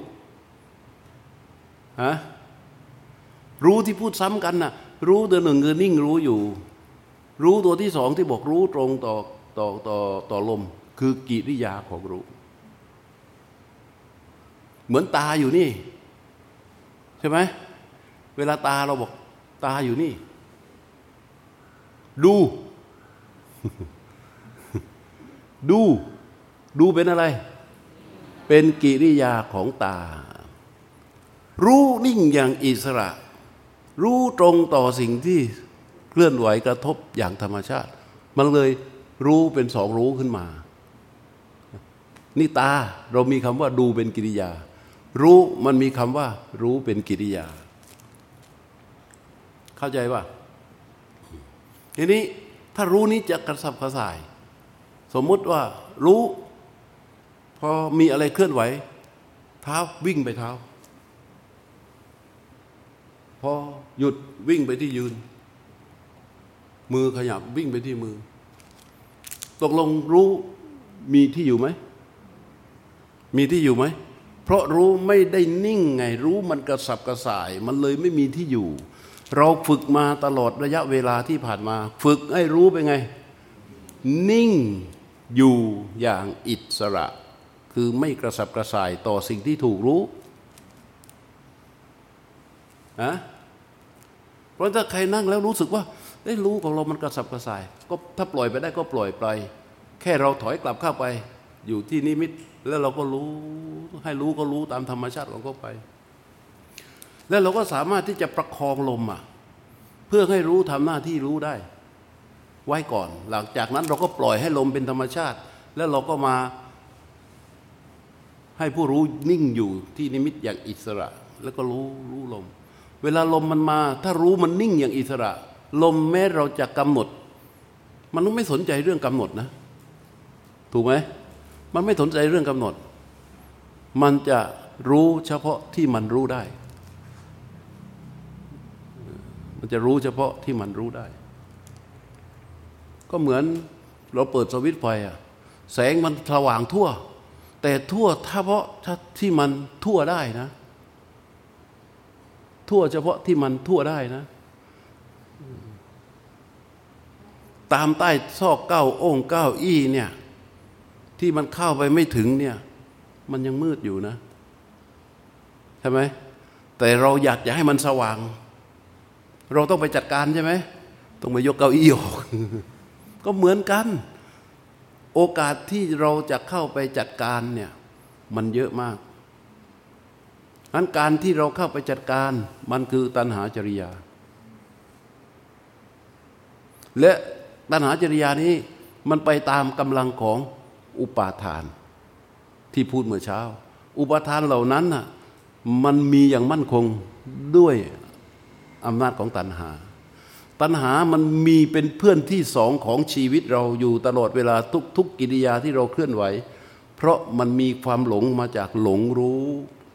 รู้ที่พูดซ้ำกันน่ะรู้ตัวหนึ่งคือนิ่งรู้อยู่รู้ตัวที่สองที่บอกรู้ตรงต่อลมคือกิริยาของรู้เหมือนตาอยู่นี่ใช่ไหมเวลาตาเราบอกตาอยู่นี่ดูเป็นอะไรเป็นกิริยาของตารู้นิ่งอย่างอิสระรู้ตรงต่อสิ่งที่เคลื่อนไหวกระทบอย่างธรรมชาติมันเลยรู้เป็นสองรู้ขึ้นมานี่ตาเรามีคำว่าดูเป็นกิริยารู้มันมีคำว่ารู้เป็นกิริยาเข้าใจป่ะทีนี้ถ้ารู้นี้จะกระสับกระส่ายสมมุติว่ารู้พอมีอะไรเคลื่อนไหวเท้าวิ่งไปเท้าพอหยุดวิ่งไปที่ยืนมือขยับวิ่งไปที่มือตกลงรู้มีที่อยู่ไหมมีที่อยู่ไหมเพราะรู้ไม่ได้นิ่งไงรู้มันกระสับกระส่ายมันเลยไม่มีที่อยู่เราฝึกมาตลอดระยะเวลาที่ผ่านมาฝึกให้รู้ไปไงนิ่งอยู่อย่างอิสระคือไม่กระสับกระส่ายต่อสิ่งที่ถูกรู้เพราะถ้าใครนั่งแล้วรู้สึกว่าได้รู้ของเรามันกระสับกระส่ายก็ถ้าปล่อยไปได้ก็ปล่อยไปแค่เราถอยกลับเข้าไปอยู่ที่นิมิตแล้วเราก็รู้ให้รู้ก็รู้ตามธรรมชาติของเขาไปแล้วเราก็สามารถที่จะประคองลมเพื่อให้รู้ทำหน้าที่รู้ได้ไว้ก่อนหลังจากนั้นเราก็ปล่อยให้ลมเป็นธรรมชาติแล้วเราก็มาให้ผู้รู้นิ่งอยู่ที่นิมิตอย่างอิสระแล้วก็รู้ลมเวลาลมมันมาถ้ารู้มันนิ่งอย่างอิสระลมแม้เราจะกำหนดมันต้องไม่สนใจเรื่องกำหนดนะถูกไหมมันไม่สนใจเรื่องกำหนดมันจะรู้เฉพาะที่มันรู้ได้มันจะรู้เฉพาะที่มันรู้ได้ก็เหมือนเราเปิดสวิตช์ไฟอะแสงมันสว่างทั่วแต่ทั่วเฉพาะที่มันทั่วได้นะทั่วเฉพาะที่มันทั่วได้นะตามใต้ซอกเก้าองค์เก้าอี้เนี่ยที่มันเข้าไปไม่ถึงเนี่ยมันยังมืดอยู่นะใช่ไหมแต่เราอยากจะให้มันสว่างเราต้องไปจัดการใช่ไหมต้องไปยกเก้าอี้ออกก็เหมือนกันโอกาสที่เราจะเข้าไปจัดการเนี่ยมันเยอะมากงั้นการที่เราเข้าไปจัดการมันคือตัณหาจริยาและตัณหาจริยานี้มันไปตามกำลังของอุปาทานที่พูดเมื่อเช้าอุปาทานเหล่านั้นน่ะมันมีอย่างมั่นคงด้วยอำนาจของตัณหาตัณหามันมีเป็นเพื่อนที่สองของชีวิตเราอยู่ตลอดเวลาทุกกิริยาที่เราเคลื่อนไหวเพราะมันมีความหลงมาจากหลงรู้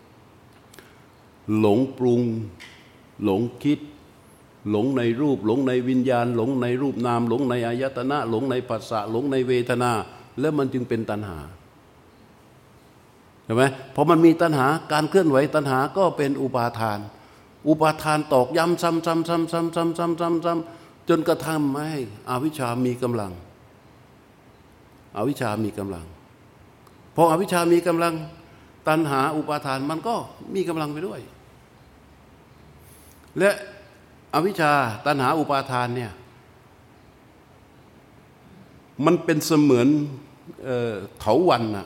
หลงปรุงหลงคิดหลงในรูปหลงในวิญญาณหลงในรูปนามหลงในอายตนะหลงในผัสสะหลงในเวทนาแล้วมันจึงเป็นตัณหาใช่ไหมพอมันมีตัณหาการเคลื่อนไหวตัณหาก็เป็นอุปาทานอุปาทานตอกย้ำซ้ำๆๆๆๆๆจนกระทั่งให้อวิชชามีกำลังอวิชชามีกำลังพออวิชชามีกำลังตัณหาอุปาทานมันก็มีกำลังไปด้วยและอวิชชาตัณหาอุปาทานเนี่ยมันเป็นเสมือนเถาวัลย์น่ะ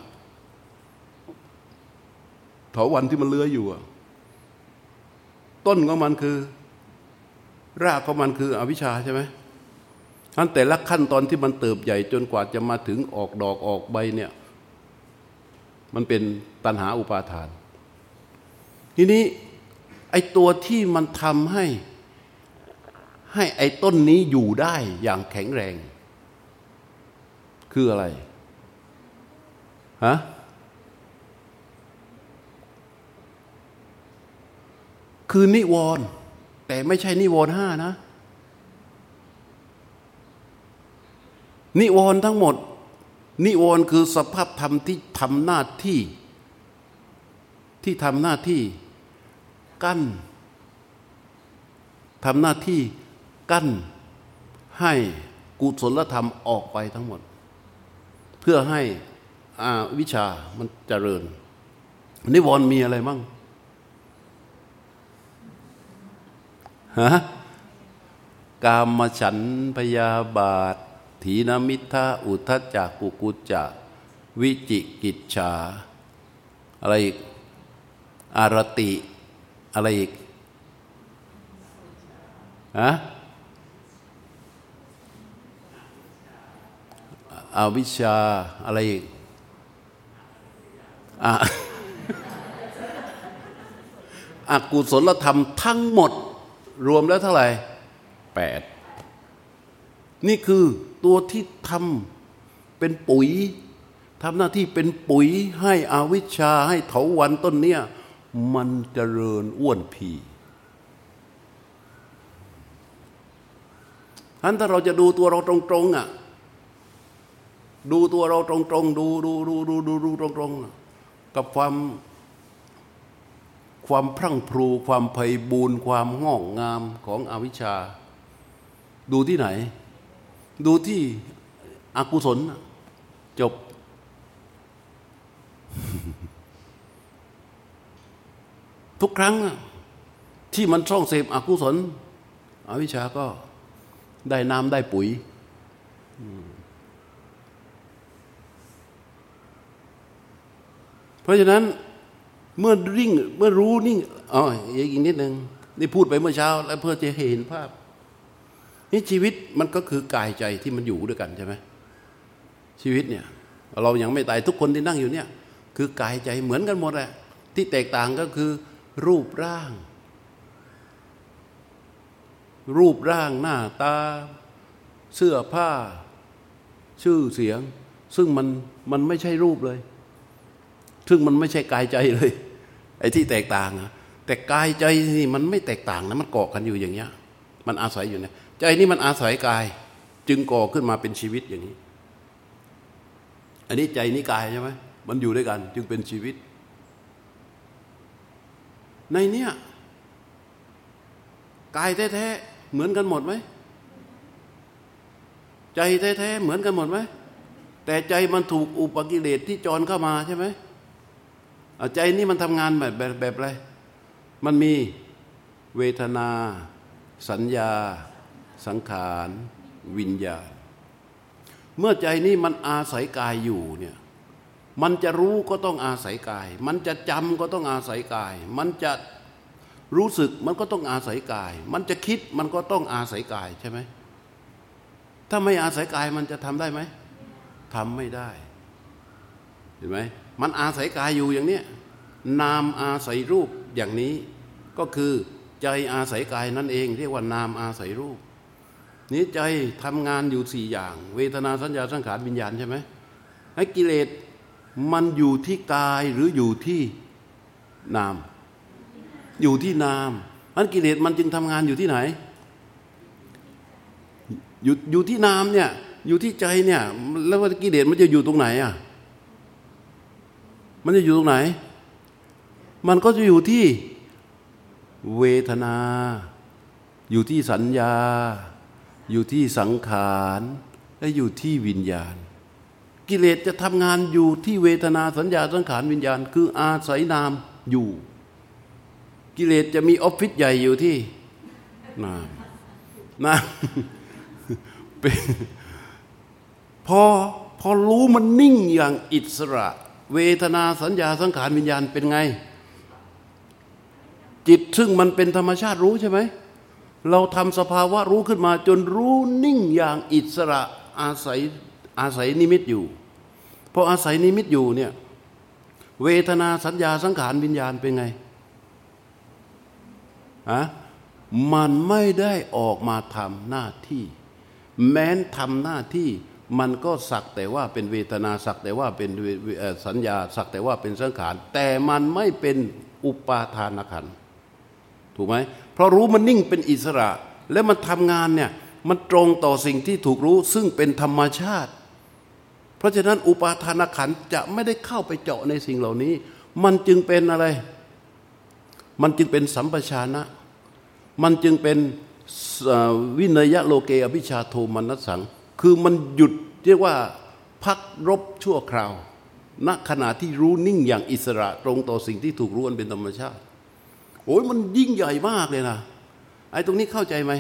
เถาวัลย์ที่มันเลื้อยอยู่ต้นของมันคือรากของมันคืออวิชชาใช่ไหมงั้นแต่ละขั้นตอนที่มันเติบใหญ่จนกว่าจะมาถึงออกดอกออกใบเนี่ยมันเป็นตัณหาอุปาทานทีนี้ไอ้ตัวที่มันทำให้ไอ้ต้นนี้อยู่ได้อย่างแข็งแรงคืออะไรฮะคือนิวรณ์แต่ไม่ใช่นิวรณ์ห้านะนิวรณ์ทั้งหมดนิวรณ์คือสภาพธรรมที่ทำหน้าที่กั้นทำหน้าที่กั้นให้กุศลธรรมออกไปทั้งหมดเพื่อให้วิชามันเจริญนิวรณ์มีอะไรมั่งฮะกามฉันท์พยาบาทถีนมิทธะอุทธัจจะกุกุจจะวิจิกิจฉาอะไรอีกอารติอะไรอีกฮะอวิชชาอะไรอีกอกุศลธรรมทั้งหมดรวมแล้วเท่าไหร่8นี่คือตัวที่ทำเป็นปุ๋ยทำหน้าที่เป็นปุ๋ยให้อวิชชาให้เถาวัลย์ต้นเนี้ยมันเจริญอ้วนพีฉะนั้นถ้าเราจะดูตัวเราตรงๆดูตัวเราตรงๆดูตรงๆกับความพรั่งพรูความไพบูลย์ความงอกงามของอวิชชาดูที่ไหนดูที่อกุศลจบทุกครั้งที่มันช่องเสพอกุศลอวิชชาก็ได้น้ำได้ปุ๋ยเพราะฉะนั้นเมื่อรู้นิ่งอีกนิดนึงนี่พูดไปเมื่อเช้าแล้วเพื่อจะเห็นภาพนี่ชีวิตมันก็คือกายใจที่มันอยู่ด้วยกันใช่ไหมชีวิตเนี่ยเรายังไม่ตายทุกคนที่นั่งอยู่เนี่ยคือกายใจเหมือนกันหมดแหละที่แตกต่างก็คือรูปร่างรูปร่างหน้าตาเสื้อผ้าชื่อเสียงซึ่งมันไม่ใช่รูปเลยซึ่งมันไม่ใช่กายใจเลยไอ้ที่แตกต่างนะแต่กายใจนี่มันไม่แตกต่างนะมันเกาะกันอยู่อย่างเงี้ยมันอาศัยอยู่เนี่ยใจนี่มันอาศัยกายจึงก่อขึ้นมาเป็นชีวิตอย่างนี้อันนี้ใจนี่กายใช่ไหมมันอยู่ด้วยกันจึงเป็นชีวิตในเนี้ยกายแท้ๆเหมือนกันหมดไหมใจแท้ๆเหมือนกันหมดไหมแต่ใจมันถูกอุปกิเลสที่จรเข้ามาใช่ไหมใจนี่มันทำงานแบบอะไรมันมีเวทนาสัญญาสังขารวิญญาณเมื่อใจนี่มันอาศัยกายอยู่เนี่ยมันจะรู้ก็ต้องอาศัยกายมันจะจำก็ต้องอาศัยกายมันจะรู้สึกมันก็ต้องอาศัยกายมันจะคิดมันก็ต้องอาศัยกายใช่ไหมถ้าไม่อาศัยกายมันจะทำได้ไหมทำไม่ได้เห็นไหมมันอาศัยกายอยู่อย่างเนี้ยนามอาศัยรูปอย่างนี้ก็คือใจอาศัยกายนั่นเองเรียกว่านามอาศัยรูปนี้ใจทำงานอยู่สี่อย่างเวทนาสัญญาสังขารวิญญาณใช่ไหมให้กิเลสมันอยู่ที่กายหรืออยู่ที่นามอยู่ที่นามมันกิเลสมันจึงทำงานอยู่ที่ไหนอยู่ที่นามเนี่ยอยู่ที่ใจเนี่ยแล้วว่ากิเลสมันจะอยู่ตรงไหนอ่ะมันจะอยู่ตรงไหนมันก็จะอยู่ที่เวทนาอยู่ที่สัญญาอยู่ที่สังขารและอยู่ที่วิญญาณกิเลสจะทำงานอยู่ที่เวทนาสัญญาสังขารวิญญาณคืออาศัยนามอยู่กิเลสจะมีออฟฟิศใหญ่อยู่ที่นามเป็นพอรู้มันนิ่งอย่างอิสระเวทนาสัญญาสังขารวิญญาณเป็นไงจิตซึ่งมันเป็นธรรมชาติรู้ใช่ไหมเราทำสภาวะรู้ขึ้นมาจนรู้นิ่งอย่างอิสระอาศัยนิมิตอยู่พออาศัยนิมิตอยู่เนี่ยเวทนาสัญญาสังขารวิญญาณเป็นไงมันไม่ได้ออกมาทำหน้าที่แม้นทำหน้าที่มันก็สักแต่ว่าเป็นเวทนาสักแต่ว่าเป็นสัญญาสักแต่ว่าเป็นสังขารแต่มันไม่เป็นอุปาทานขันธ์ถูกไหมเพราะรู้มันนิ่งเป็นอิสระและมันทำงานเนี่ยมันตรงต่อสิ่งที่ถูกรู้ซึ่งเป็นธรรมชาติเพราะฉะนั้นอุปาทานขันธ์จะไม่ได้เข้าไปเจาะในสิ่งเหล่านี้มันจึงเป็นอะไรมันจึงเป็นสัมปชานะมันจึงเป็นวินัยโลเกอภิชาโทมนัสสังคือมันหยุดเรียกว่าพักรบชั่วคราวณขณะที่รู้นิ่งอย่างอิสระตรงต่อสิ่งที่ถูกรู้อันเป็นธรรมชาติโอ้ยมันยิ่งใหญ่มากเลยนะไอ้ตรงนี้เข้าใจไหม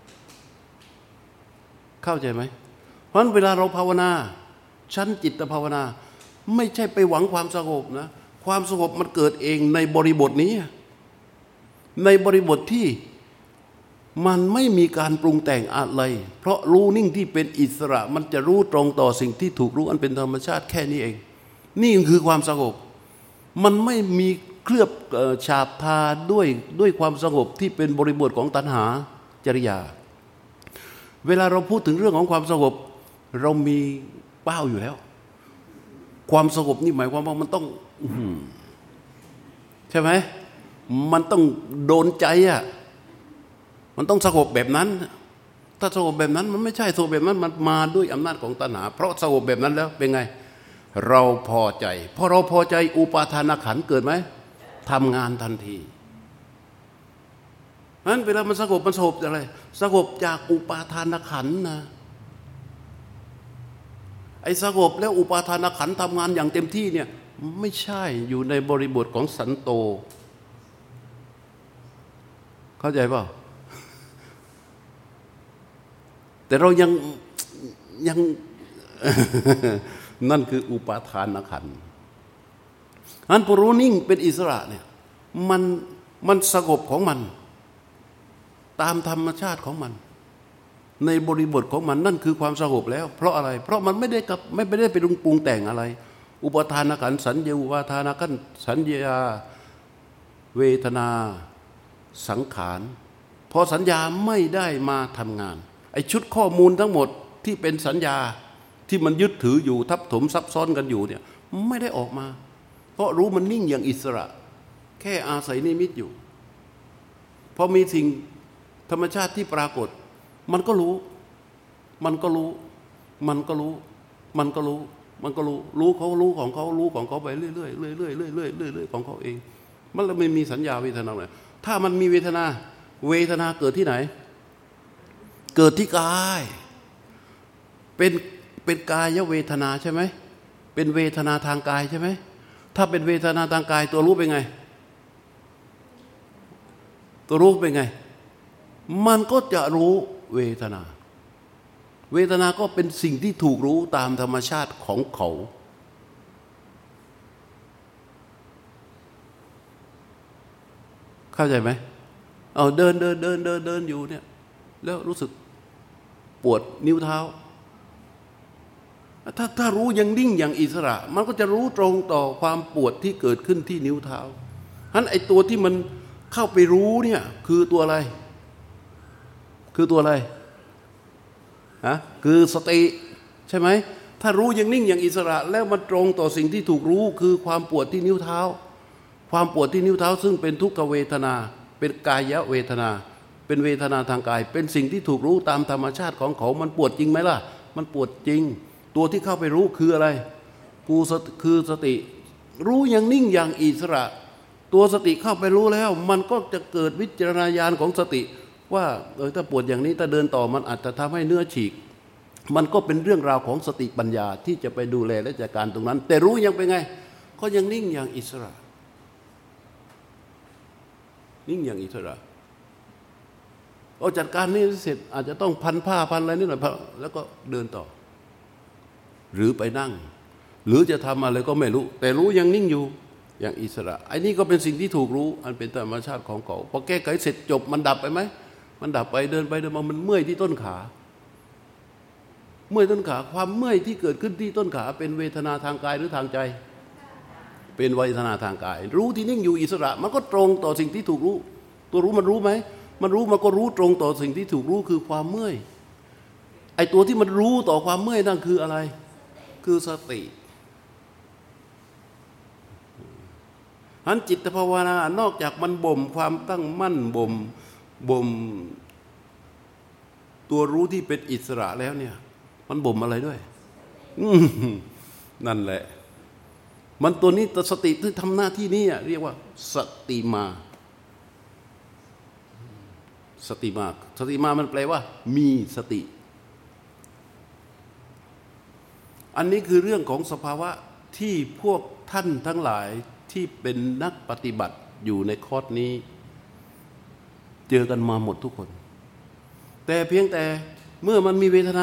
เข้าใจไหมเพราะฉะนั้นเวลาเราภาวนาชั้นจิตภาวนาไม่ใช่ไปหวังความสงบนะความสงบมันเกิดเองในบริบทนี้ในบริบทที่มันไม่มีการปรุงแต่งอะไรเพราะรู้นิ่งที่เป็นอิสระมันจะรู้ตรงต่อสิ่งที่ถูกรู้อันเป็นธรรมชาติแค่นี้เองนี่คือความสงบมันไม่มีเคลือบฉาบทาด้วยความสงบที่เป็นบริบทของตัณหาจริยาเวลาเราพูดถึงเรื่องของความสงบเรามีเป้าอยู่แล้วความสงบนี่หมายความว่ามันต้องใช่ไหมมันต้องโดนใจอ่ะมันต้องสงบแบบนั้นถ้าสงบแบบนั้นมันไม่ใช่สงบแบบนั้นมันมาด้วยอำนาจของตัณหาเพราะสงบแบบนั้นแล้วเป็นไงเราพอใจพอเราพอใจอุปาทานขันธ์เกิดไหมทำงานทันทีนั้นเวลามันสงบมันสงบอะไรสงบจากอุปาทานขันธ์นะไอ้สงบแล้วอุปาทานขันธ์ทำงานอย่างเต็มที่เนี่ยไม่ใช่อยู่ในบริบทของสันโตเข้าใจเปล่าแต่เรายัง นั่นคืออุปาทานขันธ์นั้นพอรู้นิ่งเป็นอิสระเนี่ยมันสงบของมันตามธรรมชาติของมันในบริบทของมันนั่นคือความสงบแล้วเพราะอะไรเพราะมันไม่ได้ไปปรุงแต่งอะไรอุปาทานขันธ์สัญญาอุปาทานขันธ์สัญญาเวทนาสังขารพอสัญญาไม่ได้มาทำงานไอ้ชุดข้อมูลทั้งหมดที่เป็นสัญญาที่มันยึดถืออยู่ทับถมซับซ้อนกันอยู่เนี่ยไม่ได้ออกมาเพราะรู้มันนิ่งอย่างอิสระแค่อาศัยนิมิตอยู่พอมีสิ่งธรรมชาติที่ปรากฏมันก็รู้มันก็รู้มันก็รู้มันก็รู้มันก็รู้เขารู้ของเขารู้ของเขาไปเรื่อยๆเรื่อยๆเรื่อยๆเรื่อยๆของเขาเองมันเลยไม่มีสัญญาเวทนาเลยถ้ามันมีเวทนาเกิดที่ไหนเกิดที่กายเป็นกายเวทนาใช่ไหมเป็นเวทนาทางกายใช่ไหมถ้าเป็นเวทนาทางกายตัวรู้เป็นไงตัวรู้เป็นไงมันก็จะรู้เวทนาก็เป็นสิ่งที่ถูกรู้ตามธรรมชาติของเขาเข้าใจไหมเอาเดินอยู่เนี่ยแล้วรู้สึกปวดนิ้วเท้าถ้ารู้อย่างนิ่งอย่างอิสระมันก็จะรู้ตรงต่อความปวดที่เกิดขึ้นที่นิ้วเท้าฉะนั้นไอ้ตัวที่มันเข้าไปรู้เนี่ยคือตัวอะไรคือสติใช่ไหมถ้ารู้อย่างนิ่งอย่างอิสระแล้วมันตรงต่อสิ่งที่ถูกรู้คือความปวดที่นิ้วเท้าความปวดที่นิ้วเท้าซึ่งเป็นทุกขเวทนาเป็นกายเวทนาเป็นเวทนาทางกายเป็นสิ่งที่ถูกรู้ตามธรรมชาติของเขามันปวดจริงไหมล่ะมันปวดจริงตัวที่เข้าไปรู้คืออะไรคือสติรู้อย่างนิ่งอย่างอิสระตัวสติเข้าไปรู้แล้วมันก็จะเกิดวิจารณญาณของสติว่าถ้าปวดอย่างนี้ถ้าเดินต่อมันอาจจะทำให้เนื้อฉีกมันก็เป็นเรื่องราวของสติปัญญาที่จะไปดูแลและจัดการตรงนั้นแต่รู้ยังเป็นไงก็ยังนิ่งอย่างอิสระนิ่งอย่างอิสระเอาจัดการนี้เสร็จอาจจะต้องพันผ้าพันอะไรนิดหน่อยแล้วก็เดินต่อหรือไปนั่งหรือจะทำอะไรก็ไม่รู้แต่รู้ยังนิ่งอยู่อย่างอิสระไอ้นี่ก็เป็นสิ่งที่ถูกรู้อันเป็นธรรมชาติของเขาพอแก้ไขเสร็จจบมันดับไปไหมมันดับไปเดินไปเดินมามันเมื่อยที่ต้นขาความเมื่อยที่เกิดขึ้นที่ต้นขาเป็นเวทนาทางกายหรือทางใจเป็นเวทนาทางกายรู้ที่นิ่งอยู่อิสระมันก็ตรงต่อสิ่งที่ถูกรู้ตัวรู้มันรู้ไหมมันรู้มันก็รู้ตรงต่อสิ่งที่ถูกรู้คือความเมื่อยไอ้ตัวที่มันรู้ต่อความเมื่อยนั่นคืออะไรคือสติอันจิตภาวนานอกจากมันบ่มความตั้งมั่นบ่มตัวรู้ที่เป็นอิสระแล้วเนี่ยมันบ่มอะไรด้วยนั่นแหละมันตัวนี้สติที่ทำหน้าที่นี้เรียกว่าสติมามันแปลว่ามีสติอันนี้คือเรื่องของสภาวะที่พวกท่านทั้งหลายที่เป็นนักปฏิบัติอยู่ในคอร์สนี้เจอกันมาหมดทุกคนแต่เพียงแต่เมื่อมันมีเวทนา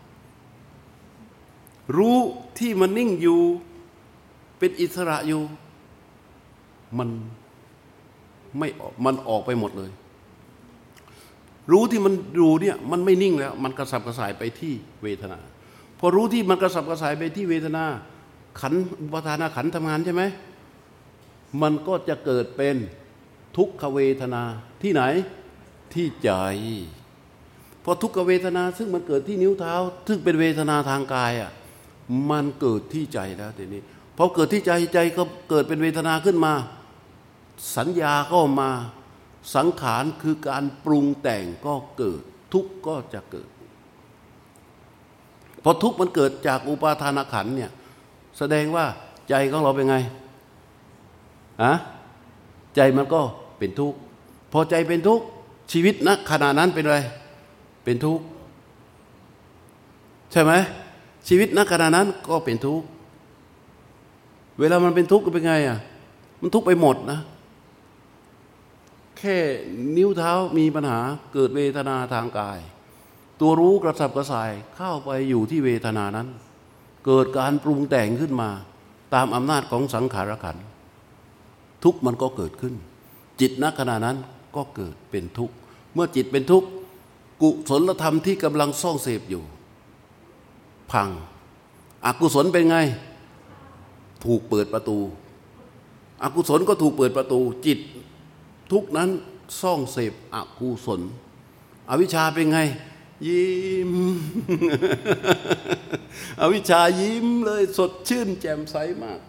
รู้ที่มันนิ่งอยู่เป็นอิสระอยู่มันไม่ออกมันออกไปหมดเลยรู้ที่มันดูเนี่ยมันไม่นิ่งแล้วมันกระสับกระส่ายไปที่เวทนาพอรู้ที่มันกระสับกระส่ายไปที่เวทนาขันธ์อุปาทานขันธ์ทำงานใช่ไหมมันก็จะเกิดเป็นทุกขเวทนาที่ไหนที่ใจพอทุกขเวทนาซึ่งมันเกิดที่นิ้วเท้าซึ่งเป็นเวทนาทางกายมันเกิดที่ใจแล้วทีนี้พอเกิดที่ใจก็เกิดเป็นเวทนาขึ้นมาสัญญาก็มาสังขารคือการปรุงแต่งก็เกิดทุกข์ก็จะเกิดพอทุกข์มันเกิดจากอุปาทานขันธ์เนี่ยแสดงว่าใจของเราเป็นไงใจมันก็เป็นทุกข์พอใจเป็นทุกข์ชีวิตณขณะนั้นเป็นอะไรเป็นทุกข์ใช่ไหมชีวิตณขณะนั้นก็เป็นทุกข์เวลามันเป็นทุกข์ก็เป็นไงมันทุกข์ไปหมดนะแค่นิ้วเท้ามีปัญหาเกิดเวทนาทางกายตัวรู้กระสับกระส่ายเข้าไปอยู่ที่เวทนานั้นเกิดการปรุงแต่งขึ้นมาตามอำนาจของสังขารขันธ์ทุกข์มันก็เกิดขึ้นจิตณขณะนั้นก็เกิดเป็นทุกข์เมื่อจิตเป็นทุกข์กุศลธรรมที่กำลังซ่องเสพอยู่พังอกุศลเป็นไงถูกเปิดประตูอกุศลก็ถูกเปิดประตูจิตทุกข์นั้นซ่องเสพอกุศลอวิชชาเป็นไงยิ้ม อวิชชายิ้มเลยสดชื่นแจ่มใสมาก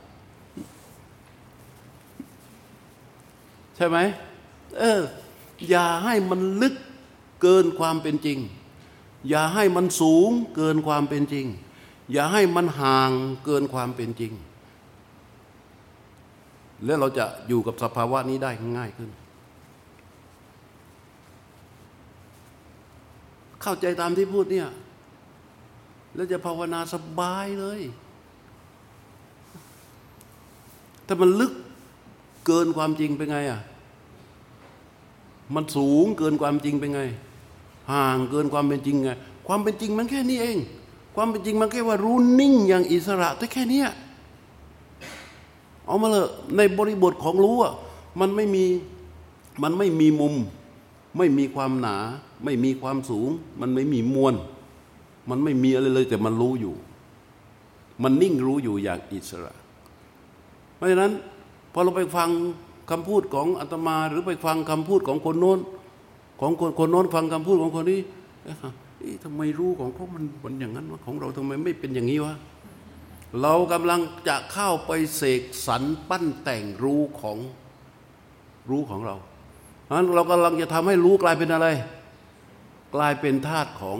ใช่ไหมอย่าให้มันลึกเกินความเป็นจริงอย่าให้มันสูงเกินความเป็นจริงอย่าให้มันห่างเกินความเป็นจริงแล้วเราจะอยู่กับสภาวะนี้ได้ง่ายขึ้นเข้าใจตามที่พูดเนี่ยแล้วจะภาวนาสบายเลยถ้ามันลึกเกินความจริงเป็นไงมันสูงเกินความจริงเป็นไงห่างเกินความเป็นจริงไงความเป็นจริงมันแค่นี้เองความเป็นจริงมันแค่ว่ารู้นิ่งอย่างอิสระแต่แค่นี้เอามาเลยในบริบทของรู้มันไม่มีมุมไม่มีความหนาไม่มีความสูงมันไม่มีมวลมันไม่มีอะไรเลยแต่มันรู้อยู่มันนิ่งรู้อยู่อย่างอิสระเพราะฉะนั้นพอเราไปฟังคำพูดของอาตมาหรือไปฟังคำพูดของคนโน้นของคนโน้นฟังคำพูดของคนนี้ทำไมรู้ของเขามันอย่างนั้นวะของเราทำไมไม่เป็นอย่างนี้วะเรากำลังจะเข้าไปเสกสรรปั้นแต่งรู้ของเราเพราะฉะนั้นเรากำลังจะทำให้รู้กลายเป็นอะไรกลายเป็นธาตุของ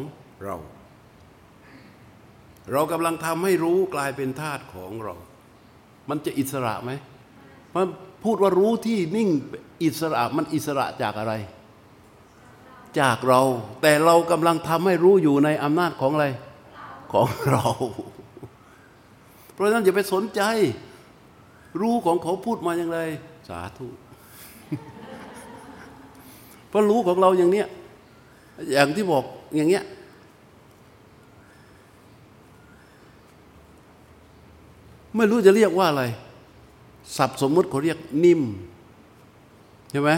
เรากำลังทำให้รู้กลายเป็นธาตุของเรามันจะอิสระไหมเพราะพูดว่ารู้ที่นิ่งอิสระมันอิสระจากอะไรจากเราแต่เรากำลังทำให้รู้อยู่ในอำนาจของอะไรของเราเพราะฉะนั้นอย่าไปสนใจรู้ของเขาพูดมาอย่างไรสาธุเพราะรู้ของเราอย่างเนี้ยอย่างที่บอกอย่างเงี้ยไม่รู้จะเรียกว่าอะไรศัพท์สมมุติเขาเรียกนิ่มใช่ไหม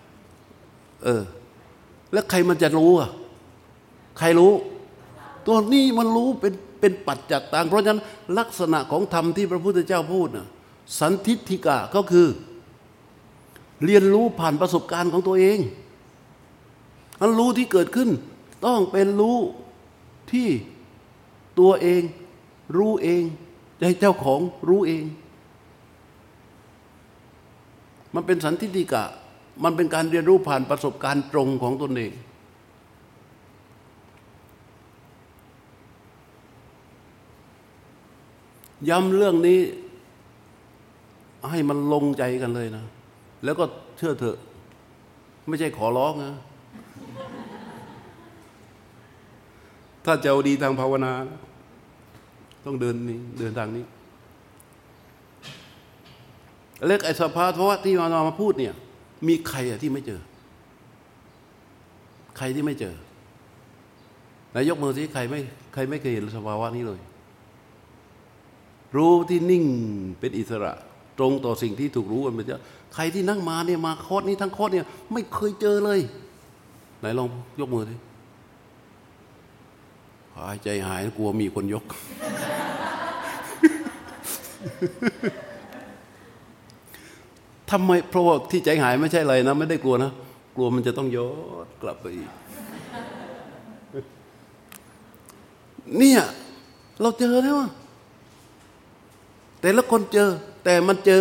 แล้วใครมันจะรู้ใครรู้ตัวนี้มันรู้เป็นปัจจัตตังเพราะฉะนั้นลักษณะของธรรมที่พระพุทธเจ้าพูดสันทิฏฐิกะก็คือเรียนรู้ผ่านประสบการณ์ของตัวเองอันรู้ที่เกิดขึ้นต้องเป็นรู้ที่ตัวเองรู้เองใจเจ้าของรู้เองมันเป็นสันทิฏฐิกะมันเป็นการเรียนรู้ผ่านประสบการณ์ตรงของตนเองย้ำเรื่องนี้ให้มันลงใจกันเลยนะแล้วก็เชื่อเถอะไม่ใช่ขอร้องนะถ้าจะเอาดีทางภาวนาต้องเดินทางนี้เล็กไอ้สภาวะที่มาพูดเนี่ยมีใครที่ไม่เจอใครที่ไม่เจอนายกมือสิใครไม่เคยเห็นสภาวะนี้เลยรู้ที่นิ่งเป็นอิสระตรงต่อสิ่งที่ถูกรู้กันไปเยอะใครที่นั่งมาเนี่ยมาคอร์สนี้ทั้งคอร์สเนี่ยไม่เคยเจอเลยไหนลองยกมือสิหายใจหายกลัวมีคนยก ทำไมเพราะว่าที่ใจหายไม่ใช่อะไรนะไม่ได้กลัวนะกลัวมันจะต้องย้อนกลับไปอีก เนี่ยเราเจอแล้วแต่ละคนเจอแต่มันเจอ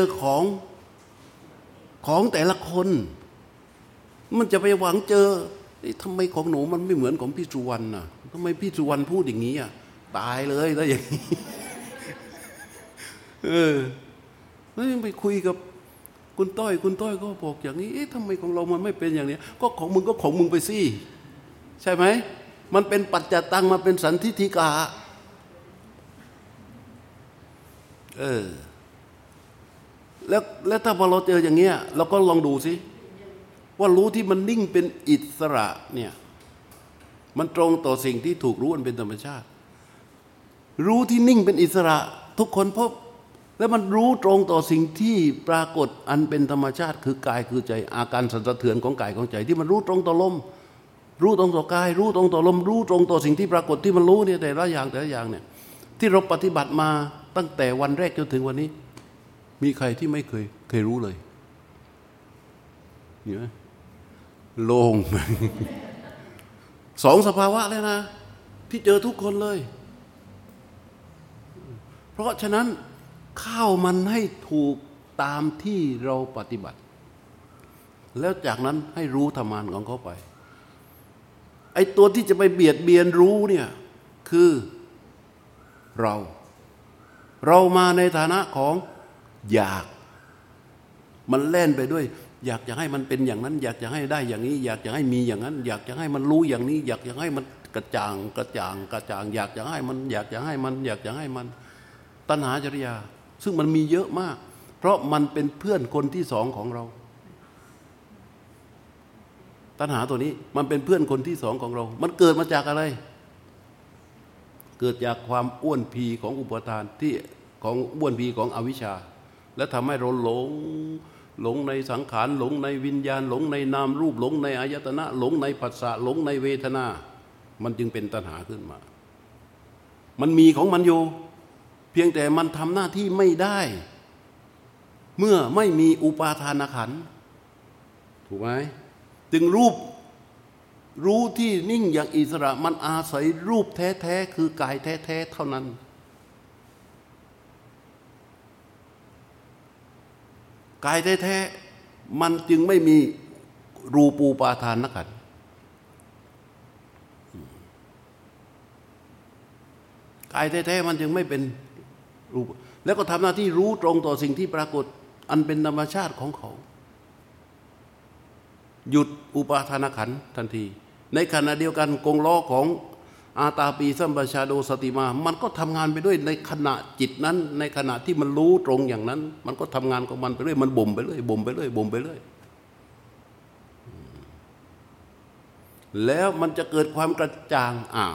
ของแต่ละคนมันจะไปหวังเจอทำไมของหนูมันไม่เหมือนของพี่สุวรรณน่ะทำไมพี่สุวรรณพูดอย่างนี้ตายเลยแล้วอย่างนี้ แล้วไปคุยกับคุณต้อยก็บอกอย่างนี้ทำไมของเรามันไม่เป็นอย่างนี้ก็ของมึงไปสิใช่ไหมมันเป็นปัจจัตตังมาเป็นสันทิฏฐิกะแล้วถ้าพอเราเจออย่างเงี้ยเราก็ลองดูสิว่ารู้ที่มันนิ่งเป็นอิสระเนี่ยมันตรงต่อสิ่งที่ถูกรู้อันเป็นธรรมชาติรู้ที่นิ่งเป็นอิสระทุกคนพบแล้วมันรู้ตรงต่อสิ่งที่ปรากฏอันเป็นธรรมชาติคือกายคือใจอาการสั่นสะเทือนของกายของใจที่มันรู้ตรงต่อลมรู้ตรงต่อกายรู้ตรงต่อลมรู้ตรงต่อสิ่งที่ปรากฏที่มันรู้เนี่ยแต่ละอย่างเนี่ยที่เราปฏิบัติมาตั้งแต่วันแรกจนถึงวันนี้มีใครที่ไม่เคยรู้เลยเห็นไหมโล่ง สองสภาวะเลยนะที่เจอทุกคนเลยเพราะฉะนั้นเข้ามันให้ถูกตามที่เราปฏิบัติแล้วจากนั้นให้รู้ธรรมานของเขาไปไอ้ตัวที่จะไปเบียดเบียนรู้เนี่ยคือเรามาในฐานะของอยากมันแล่นไปด้วยอยากจะให้มันเป็นอย่างนั้นอยากจะให้ได้อย่างนี้อยากจะให้มีอย่างนั้นอยากจะให้มันรู้อย่างนี้อยากจะให้มันกระจ่างอยากจะให้มันตัณหาจริยาซึ่งมันมีเยอะมากเพราะมันเป็นเพื่อนคนที่สองของเราตัณหาตัวนี้มันเป็นเพื่อนคนที่สองของเรามันเกิดมาจากอะไรเกิดจากความอ้วนพีของอุปทานที่ของอ้วนพีของอวิชชาและทำให้เราหลงในสังขารหลงในวิญญาณหลงในนามรูปหลงในอายตนะหลงในผัสสะหลงในเวทนามันจึงเป็นตัณหาขึ้นมามันมีของมันอยู่เพียงแต่มันทำหน้าที่ไม่ได้เมื่อไม่มีอุปาทานขันธ์ถูกไหมจึงรู้ที่นิ่งอย่างอิสระมันอาศัยรูปแท้ๆคือกายแท้ๆเท่านั้นกายแท้ๆมันจึงไม่มีรูปูปาทานขันธ์กายแท้ๆมันจึงไม่เป็นรูปแล้วก็ทำหน้าที่รู้ตรงต่อสิ่งที่ปรากฏอันเป็นธรรมชาติของเขาหยุดอุปาทานขันธ์ทันทีในขณะเดียวกันกงล้อของอาตาปีสัมปชาโดสติมามันก็ทำงานไปด้วยในขณะจิตนั้นในขณะที่มันรู้ตรงอย่างนั้นมันก็ทำงานของมันไปเรื่อยมันบ่มไปเรื่อยแล้วมันจะเกิดความกระจ่าง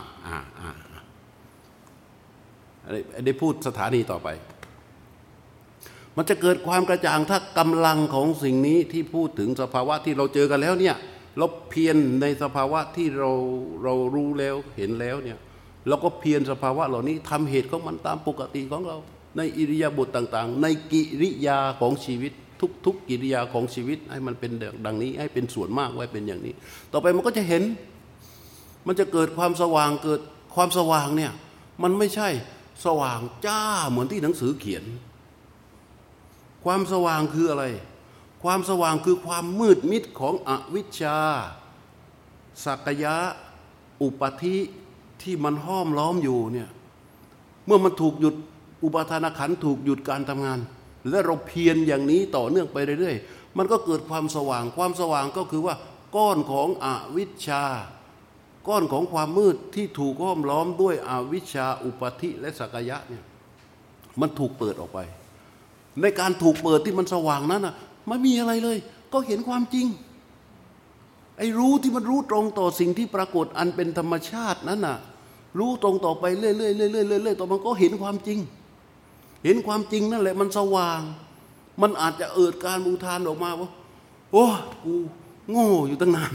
ได้พูดสถานีต่อไปมันจะเกิดความกระจ่างถ้ากำลังของสิ่งนี้ที่พูดถึงสภาวะที่เราเจอกันแล้วเนี่ยเราเพียรในสภาวะที่เรารู้แล้วเห็นแล้วเนี่ยเราก็เพียรสภาวะเหล่านี้ทำเหตุของมันตามปกติของเราในอิริยาบถต่างๆในกิริยาของชีวิตทุกกิริยาของชีวิตให้มันเป็นดังนี้ให้เป็นส่วนมากไว้เป็นอย่างนี้ต่อไปมันก็จะเห็นมันจะเกิดความสว่างเกิดความสว่างเนี่ยมันไม่ใช่สว่างจ้าเหมือนที่หนังสือเขียนความสว่างคืออะไรความสว่างคือความมืดมิดของอวิชชาสักยะอุปาทิที่มันห้อมล้อมอยู่เนี่ยเมื่อมันถูกหยุดอุปาทานขันธ์ถูกหยุดการทำงานและเราเพียรอย่างนี้ต่อเนื่องไปเรื่อยๆมันก็เกิดความสว่างความสว่างก็คือว่าก้อนของอวิชชาก้อนของความมืดที่ถูกห้อมล้อมด้วยอวิชชาอุปาทิและสักยะเนี่ยมันถูกเปิดออกไปในการถูกเปิดที่มันสว่างนั้นน่ะไม่มีอะไรเลยก็เห็นความจริงไอ้รู้ที่มันรู้ตรงต่อสิ่งที่ปรากฏอันเป็นธรรมชาตินั้นน่ะรู้ตรงต่อไปเรื่อยๆต่อมันก็เห็นความจริงเห็นความจริงนั่นแหละมันสว่างมันอาจจะเอิดการอุทานออกมาว่าโอ้กูโง่อยู่ตั้งนาน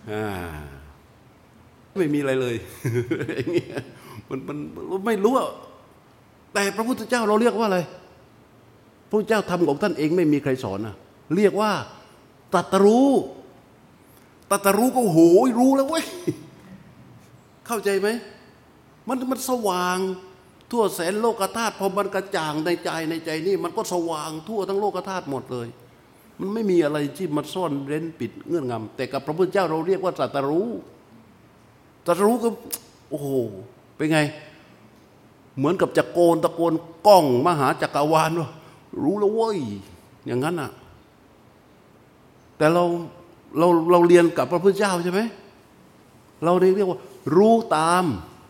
ไม่มีอะไรเลยอย่างเงี้ยมันไม่รู้แต่พระพุทธเจ้าเราเรียกว่าอะไรพระเจ้าทำของท่านเองไม่มีใครสอนนะเรียกว่าตรัสรู้ก็โหยรู้แล้วเว้ยเข้าใจไหมมันสว่างทั่วแสนโลกธาตุพอมันกระจ่างในใจนี่มันก็สว่างทั่วทั้งโลกธาตุหมดเลยมันไม่มีอะไรที่มันซ่อนเร้นปิดเงื่อนงำแต่กับพระพุทธเจ้าเราเรียกว่าตรัสรู้ก็โอ้โหเป็นไงเหมือนกับตะโกนก้องมหาจักรวาลว่ารู้แล้วเว้ยอย่างนั้นน่ะแต่เราเรียนกับพระพุทธเจ้าใช่ไหมเราเรียกว่ารู้ตาม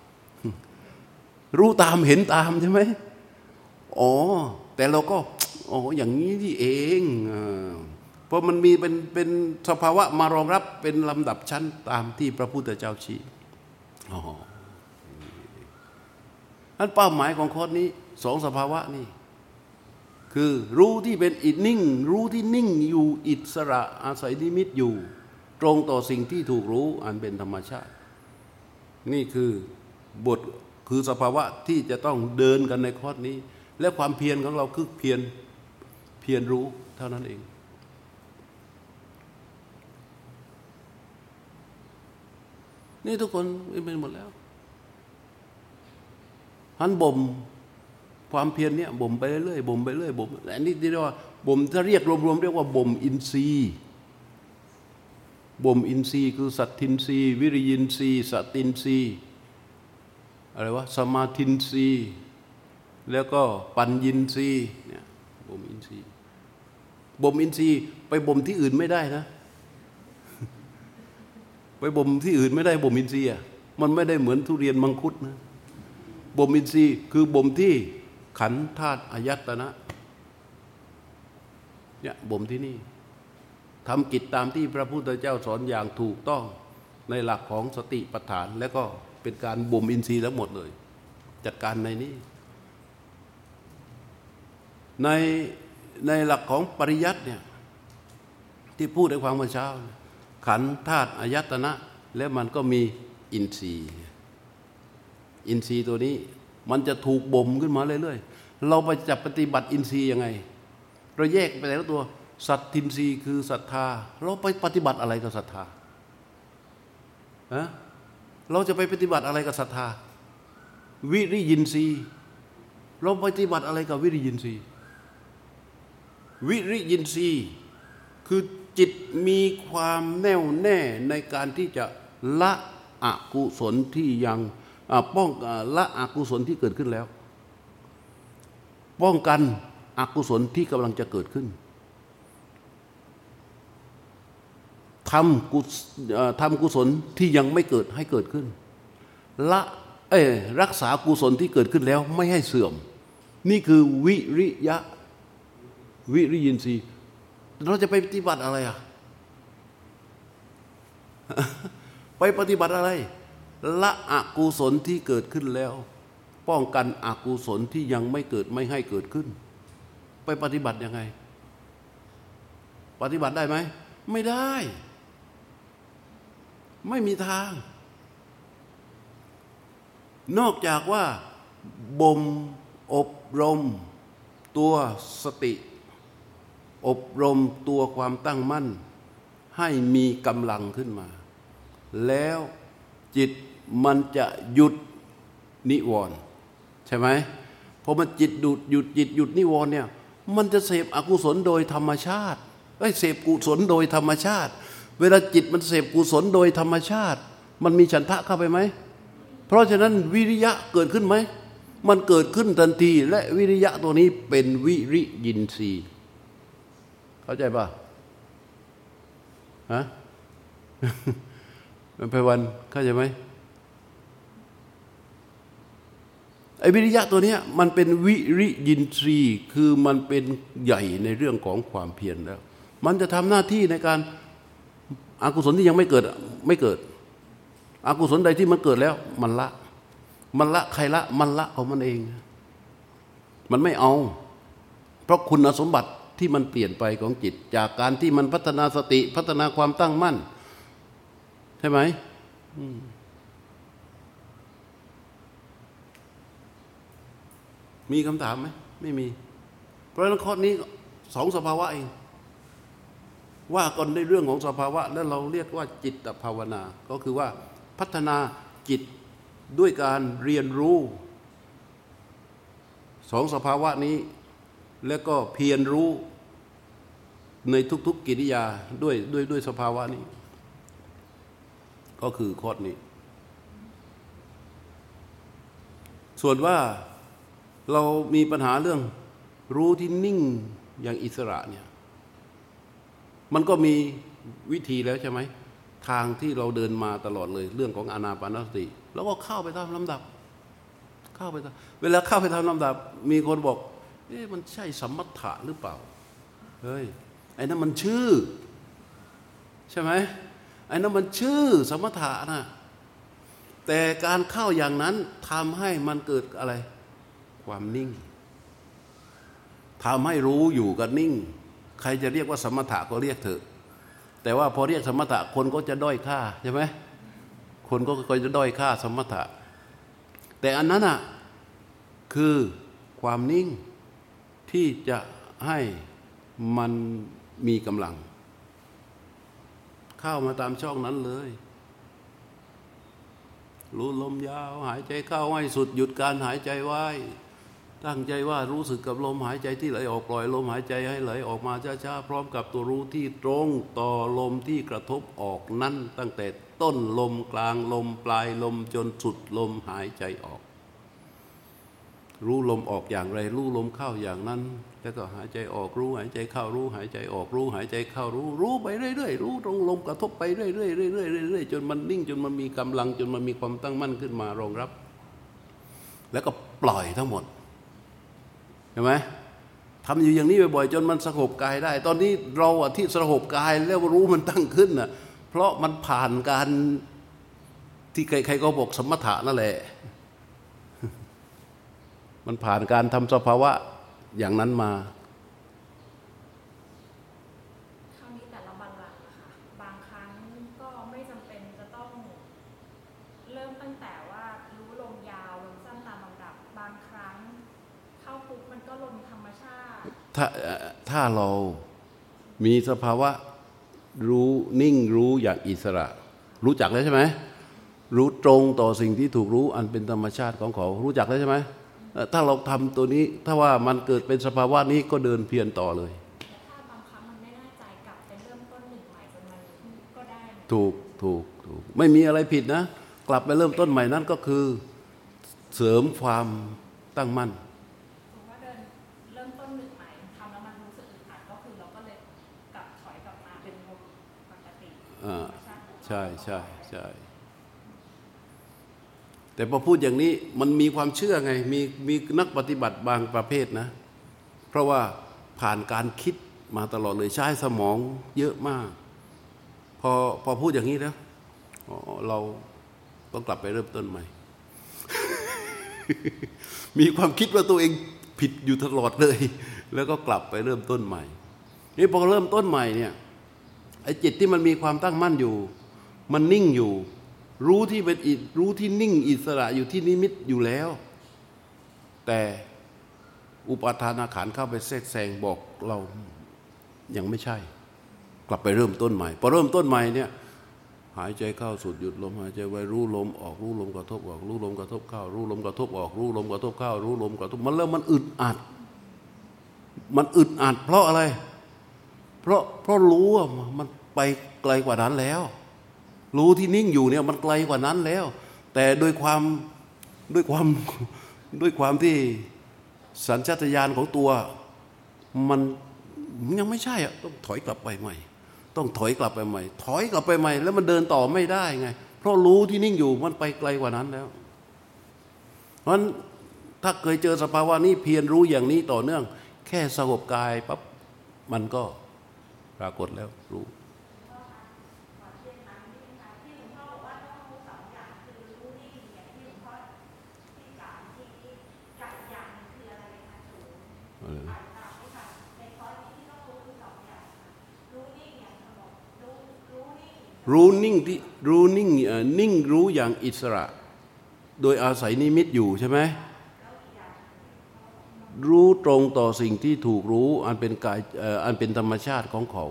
เห็นตามใช่ไหมอ๋อแต่เราก็อ๋ออย่างนี้ที่เองเพราะมันมีเป็นสภาวะมารองรับเป็นลำดับชั้นตามที่พระพุทธเจ้าชี้อ๋อนั่นเป้าหมายของข้อนี้สองสภาวะนี่คือรู้ที่เป็นอินิ่งรู้ที่นิ่งอยู่อิสระอาศัยนิมิตอยู่ตรงต่อสิ่งที่ถูกรู้อันเป็นธรรมชาตินี่คือบทคือสภาวะที่จะต้องเดินกันในข้อนี้และความเพียรของเราคือเพียรรู้เท่านั้นเองนี่ทุกคนเป็นหมดแล้วหันบ่มความเพียรเนี่ยบ่มไปเรื่อยๆบ่มไปเรื่อยบ่มอันนี้ที่เรียกว่าบ่มถ้าเรียกรวมๆเรียกว่าบ่มอินทรีย์บ่มอินทรีย์คือสัตทินทรีย์วิริยินทรีย์สัตตินทรีย์อะไรวะสมาธินทรีย์แล้วก็ปัญญินทรีย์เนี่ยบ่มอินทรีย์บ่มอินทรีย์ไปบ่มที่อื่นไม่ได้นะไปบ่มที่อื่นไม่ได้บ่มอินทรีย์มันไม่ได้เหมือนทุเรียนมังคุดนะบ่มอินทรีย์คือบ่มที่ขันธ์ธาตุอายตนะเนี่ยบ่มที่นี่ทำกิจตามที่พระพุทธเจ้าสอนอย่างถูกต้องในหลักของสติปัฏฐานและก็เป็นการบ่มอินทรีย์ทั้งหมดเลยจัดการในนี้ในหลักของปริยัติเนี่ยที่พูดในความเมื่อเช้าขันธ์ธาตุอายตนะแล้วมันก็มีอินทรีย์อินทรีย์ตัวนี้มันจะถูกบ่มขึ้นมาเรื่อยๆเราไปจะปฏิบัติอินทรีย์ยังไงเราแยกไปแต่ละตัวสัตทินทรีย์คือศรัทธาเราไปปฏิบัติอะไรกับศรัทธาเราจะไปปฏิบัติอะไรกับศรัทธาวิริยินทรีย์เราปฏิบัติอะไรกับวิริยินทรีย์วิริยินทรีย์คือจิตมีความแน่วแน่ในการที่จะละอกุศลที่ยังป้องละอกุศลที่เกิดขึ้นแล้วป้องกันอกุศลที่กำลังจะเกิดขึ้นทำกุศลที่ยังไม่เกิดให้เกิดขึ้นรักษากุศลที่เกิดขึ้นแล้วไม่ให้เสื่อมนี่คือวิริยินทรีย์เราจะไปปฏิบัติอะไรไปปฏิบัติอะไรละอกุศลที่เกิดขึ้นแล้วป้องกันอกุศลที่ยังไม่เกิดไม่ให้เกิดขึ้นไปปฏิบัติยังไงปฏิบัติได้ไหมไม่ได้ไม่มีทางนอกจากว่าบ่มอบรมตัวสติอบรมตัวความตั้งมั่นให้มีกำลังขึ้นมาแล้วจิตมันจะหยุดนิวรณ์ใช่ไหมพอมันจิตหยุดนิวรณ์เนี่ยมันจะเสพอกุศลโดยธรรมชาติเสพกุศลโดยธรรมชาติเวลาจิตมันเสพกุศลโดยธรรมชาติมันมีฉันทะเข้าไปไหมเพราะฉะนั้นวิริยะเกิดขึ้นไหมมันเกิดขึ้นทันทีและวิริยะตัวนี้เป็นวิริยินทรีย์เข้าใจป่ะฮะ มันไปวันเข้าใจไหมไอ้วิริยะตัวนี้มันเป็นวิริยินทรีย์คือมันเป็นใหญ่ในเรื่องของความเพียรแล้วมันจะทำหน้าที่ในการอกุศลที่ยังไม่เกิดอกุศลใดที่มันเกิดแล้วมันละใครละมันละของมันเองมันไม่เอาเพราะคุณสมบัติที่มันเปลี่ยนไปของจิตจากการที่มันพัฒนาสติพัฒนาความตั้งมั่นใช่ไหมมีคำถามไหมไม่มีเพราะฉะนั้นข้อนี้สองสภาวะเองว่าก่อนในเรื่องของสภาวะแล้วเราเรียกว่าจิตภาวนาก็คือว่าพัฒนาจิตด้วยการเรียนรู้สองสภาวะนี้แล้วก็เพียรรู้ในทุกๆกิริยาด้วยสภาวะนี้ก็คือข้อนี้ส่วนว่าเรามีปัญหาเรื่องรู้ที่นิ่งอย่างอิสระเนี่ยมันก็มีวิธีแล้วใช่ไหมทางที่เราเดินมาตลอดเลยเรื่องของอานาปานสติแล้วก็เข้าไปตามลำดับเวลาเข้าไปตามลำดับมีคนบอกมันใช่สมถะหรือเปล่าเฮ้ยไอ้นั่นมันชื่อใช่ไหมไอ้นั่นมันชื่อสมถะนะแต่การเข้าอย่างนั้นทำให้มันเกิดอะไรความนิ่งทำให้รู้อยู่กับนิ่งใครจะเรียกว่าสมถะก็เรียกเถอะแต่ว่าพอเรียกสมถะคนก็จะด้อยค่าใช่ไหมคนก็จะด้อยค่าสมถะแต่อันนั้นคือความนิ่งที่จะให้มันมีกำลังเข้ามาตามช่องนั้นเลยรู้ลมยาวหายใจเข้าให้สุดหยุดการหายใจไว้ตั้งใจว่ารู้สึกกับลมหายใจที่ไหลออกปล่อยลมหายใจให้ไหลออกมาช้าๆพร้อมกับตัวรู้ที่ตรงต่อลมที่กระทบออกนั้นตั้งแต่ต้นลมกลางลมปลายลมจนสุดลมหายใจออกรู้ลมออกอย่างไรรู้ลมเข้าอย่างนั้นแล้วก็หายใจออกรู้หายใจเข้ารู้หายใจออกรู้หายใจเข้ารู้ไปเรื่อยๆรู้ตรงลมกระทบไปเรื่อยๆเรื่อยๆเรื่อยๆจนมันนิ่งจนมันมีกำลังจนมันมีความตั้งมั่นขึ้นมารองรับแล้วก็ปล่อยทั้งหมดเห็นไหมทำอยู่อย่างนี้บ่อยๆจนมันสงบกายได้ตอนนี้เราที่สงบกายแล้วรู้มันตั้งขึ้นน่ะเพราะมันผ่านการที่ใครๆก็บอกสมถะนั่นแหละมันผ่านการทำสภาวะอย่างนั้นมาคราวนี้แต่ละบัลลังก์นะคะบางครั้งก็ไม่จำเป็นจะต้องเริ่มตั้งแต่ว่ารู้ลมยาวลมสั้นตามลำดับบางครั้งเข้าปุ๊บมันก็ลมธรรมชาติถ้าเรามีสภาวะรู้นิ่งรู้อย่างอิสระรู้จักแล้วใช่ไหมรู้ตรงต่อสิ่งที่ถูกรู้อันเป็นธรรมชาติของเขารู้จักแล้วใช่ไหมถ้าเราทำตัวนี้ถ้าว่ามันเกิดเป็นสภาวะนี้ก็เดินเพียรต่อเลยถ้าบางครั้งมันไม่แน่ใจกลับไปเริ่มต้นหนึ่งใหม่จนมันก็ได้ถูกไม่มีอะไรผิดนะกลับไปเริ่มต้นใหม่นั่นก็คือเสริมความตั้งมั่นถือว่าเดินเริ่มต้นหนึ่งใหม่ทำแล้วมันรู้สึกอึดอัดก็คือเราก็เลยกลับถอยกลับมาเป็นลมปกติใช่แต่พอพูดอย่างนี้มันมีความเชื่อไงมีนักปฏิบัติบางประเภทนะเพราะว่าผ่านการคิดมาตลอดเลยใช้สมองเยอะมากพอพูดอย่างนี้แล้วเราต้องกลับไปเริ่มต้นใหม่ มีความคิดว่าตัวเองผิดอยู่ตลอดเลยแล้วก็กลับไปเริ่มต้นใหม่นี่พอเริ่มต้นใหม่เนี่ยไอ้จิตที่มันมีความตั้งมั่นอยู่มันนิ่งอยู่รู้ที่เป็นรู้ที่นิ่งอิสระอยู่ที่นิมิตอยู่แล้วแต่อุปาทานขันธ์เข้าไปแทรกแซงบอกเรายังไม่ใช่กลับไปเริ่มต้นใหม่พอเริ่มต้นใหม่เนี่ยหายใจเข้าสุดหยุดลมหายใจไว้รู้ลมออกรู้ลมกระทบออกรู้ลมกระทบเข้ารู้ลมกระทบออกรู้ลมกระทบเข้ารู้ลมกระทบมันเริ่มมันอึดอัดเพราะอะไรเพราะรู้ว่ามันไปไกลกว่านั้นแล้วรู้ที่นิ่งอยู่เนี่ยมันไกลกว่านั้นแล้วแต่ด้วยความที่สัญชาตญาณของตัวมันยังไม่ใช่อ่ะต้องถอยกลับไปใหม่ถอยกลับไปใหม่แล้วมันเดินต่อไม่ได้ไงเพราะรู้ที่นิ่งอยู่มันไปไกลกว่านั้นแล้วเพราะฉะนั้นถ้าเคยเจอสภาวะนี้เพียรรู้อย่างนี้ต่อเนื่องแค่สงบกายปั๊บมันก็ปรากฏแล้วรู้รู้นิ่งที่รู้นิ่งนิ่งรู้อย่างอิสระโดยอาศัยนิมิตอยู่ใช่ไหมรู้ตรงต่อสิ่งที่ถูกรู้อันเป็นกายอันเป็นธรรมชาติของเขา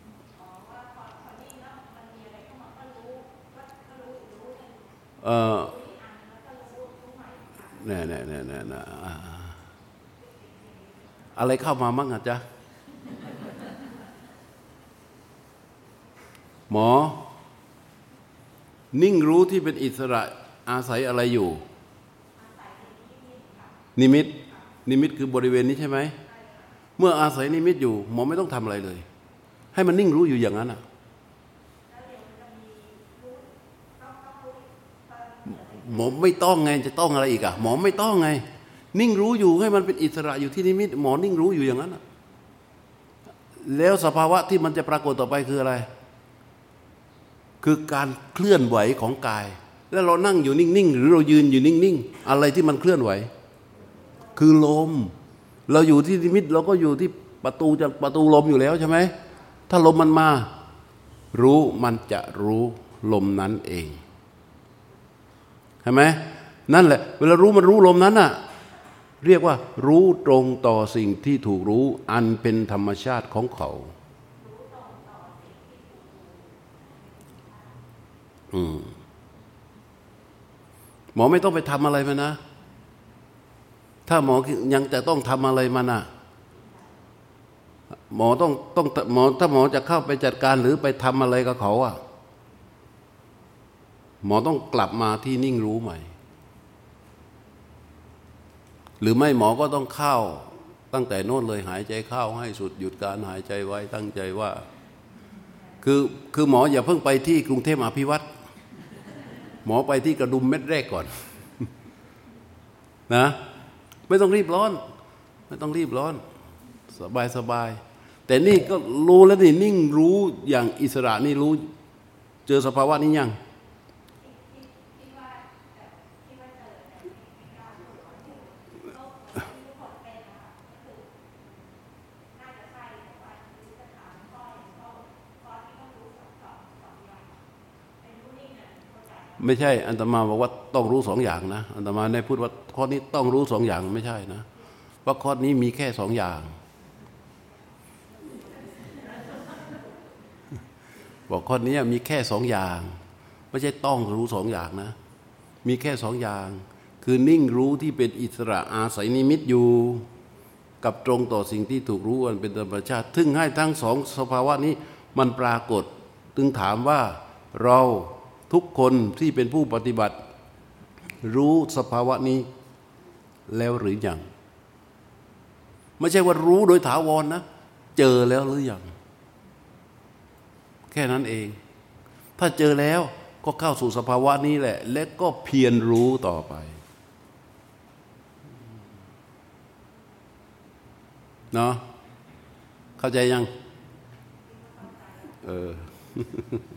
เนี่ยอะไรเข้ามามั่งอ่ะจ๊ะหมอนิ่งรู้ที่เป็นอิสระอาศัยอะไรอยู่นิมิตคือบริเวณนี้ใช่ไหมเมื่ออาศัยนิมิตอยู่หมอไม่ต้องทำอะไรเลยให้มันนิ่งรู้อยู่อย่างนั้นอ่ะหมอไม่ต้องไงจะต้องอะไรอีกอ่ะหมอไม่ต้องไงนิ่งรู้อยู่ให้มันเป็นอิสระอยู่ที่นิมิตหมอนิ่งรู้อยู่อย่างนั้นอ่ะแล้วสภาวะที่มันจะปรากฏต่อไปคืออะไรคือการเคลื่อนไหวของกายแล้วเรานั่งอยู่นิ่งๆหรือเรายืนอยู่นิ่งๆอะไรที่มันเคลื่อนไหวคือลมเราอยู่ที่นิมิตเราก็อยู่ที่ประตูลมอยู่แล้วใช่ไหมถ้าลมมันมารู้มันจะรู้ลมนั้นเองใช่ไหมนั่นแหละเวลารู้มันรู้ลมนั้นน่ะเรียกว่ารู้ตรงต่อสิ่งที่ถูกรู้อันเป็นธรรมชาติของเขาหมอไม่ต้องไปทำอะไรมันนะถ้าหมอยังจะต้องทำอะไรมันนะหมอต้องหมอถ้าหมอจะเข้าไปจัดการหรือไปทำอะไรกับเขาอะหมอต้องกลับมาที่นิ่งรู้ใหม่หรือไม่หมอก็ต้องเข้าตั้งแต่โน่นเลยหายใจเข้าให้สุดหยุดการหายใจไว้ตั้งใจว่าคือหมออย่าเพิ่งไปที่กรุงเทพอภิวัตรหมอไปที่กระดุมเม็ดแรกก่อนนะไม่ต้องรีบร้อนไม่ต้องรีบร้อนสบายแต่นี่ก็รู้แล้วนี่นิ่งรู้อย่างอิสระนี่รู้เจอสภาวะนี้ยังไม่ใช่อาตมาบอกว่าต้องรู้สองอย่างนะอาตมาได้พูดว่าข้อนี้ต้องรู้สองอย่างไม่ใช่นะเพราะข้อนี้มีแค่สองอย่างบอกข้อนี้มีแค่สองอย่างไม่ใช่ต้องรู้สองอย่างนะมีแค่สองอย่างคือนิ่งรู้ที่เป็นอิสระอาศัยนิมิตอยู่กับตรงต่อสิ่งที่ถูกรู้อันเป็นธรรมชาติซึ่งให้ทั้งสองสภาวะนี้มันปรากฏจึงถามว่าเราทุกคนที่เป็นผู้ปฏิบัติรู้สภาวะนี้แล้วหรือยังไม่ใช่ว่ารู้โดยถาวรนะเจอแล้วหรือยังแค่นั้นเองถ้าเจอแล้วก็เข้าสู่สภาวะนี้แหละและก็เพียรรู้ต่อไปเนาะเข้าใจยัง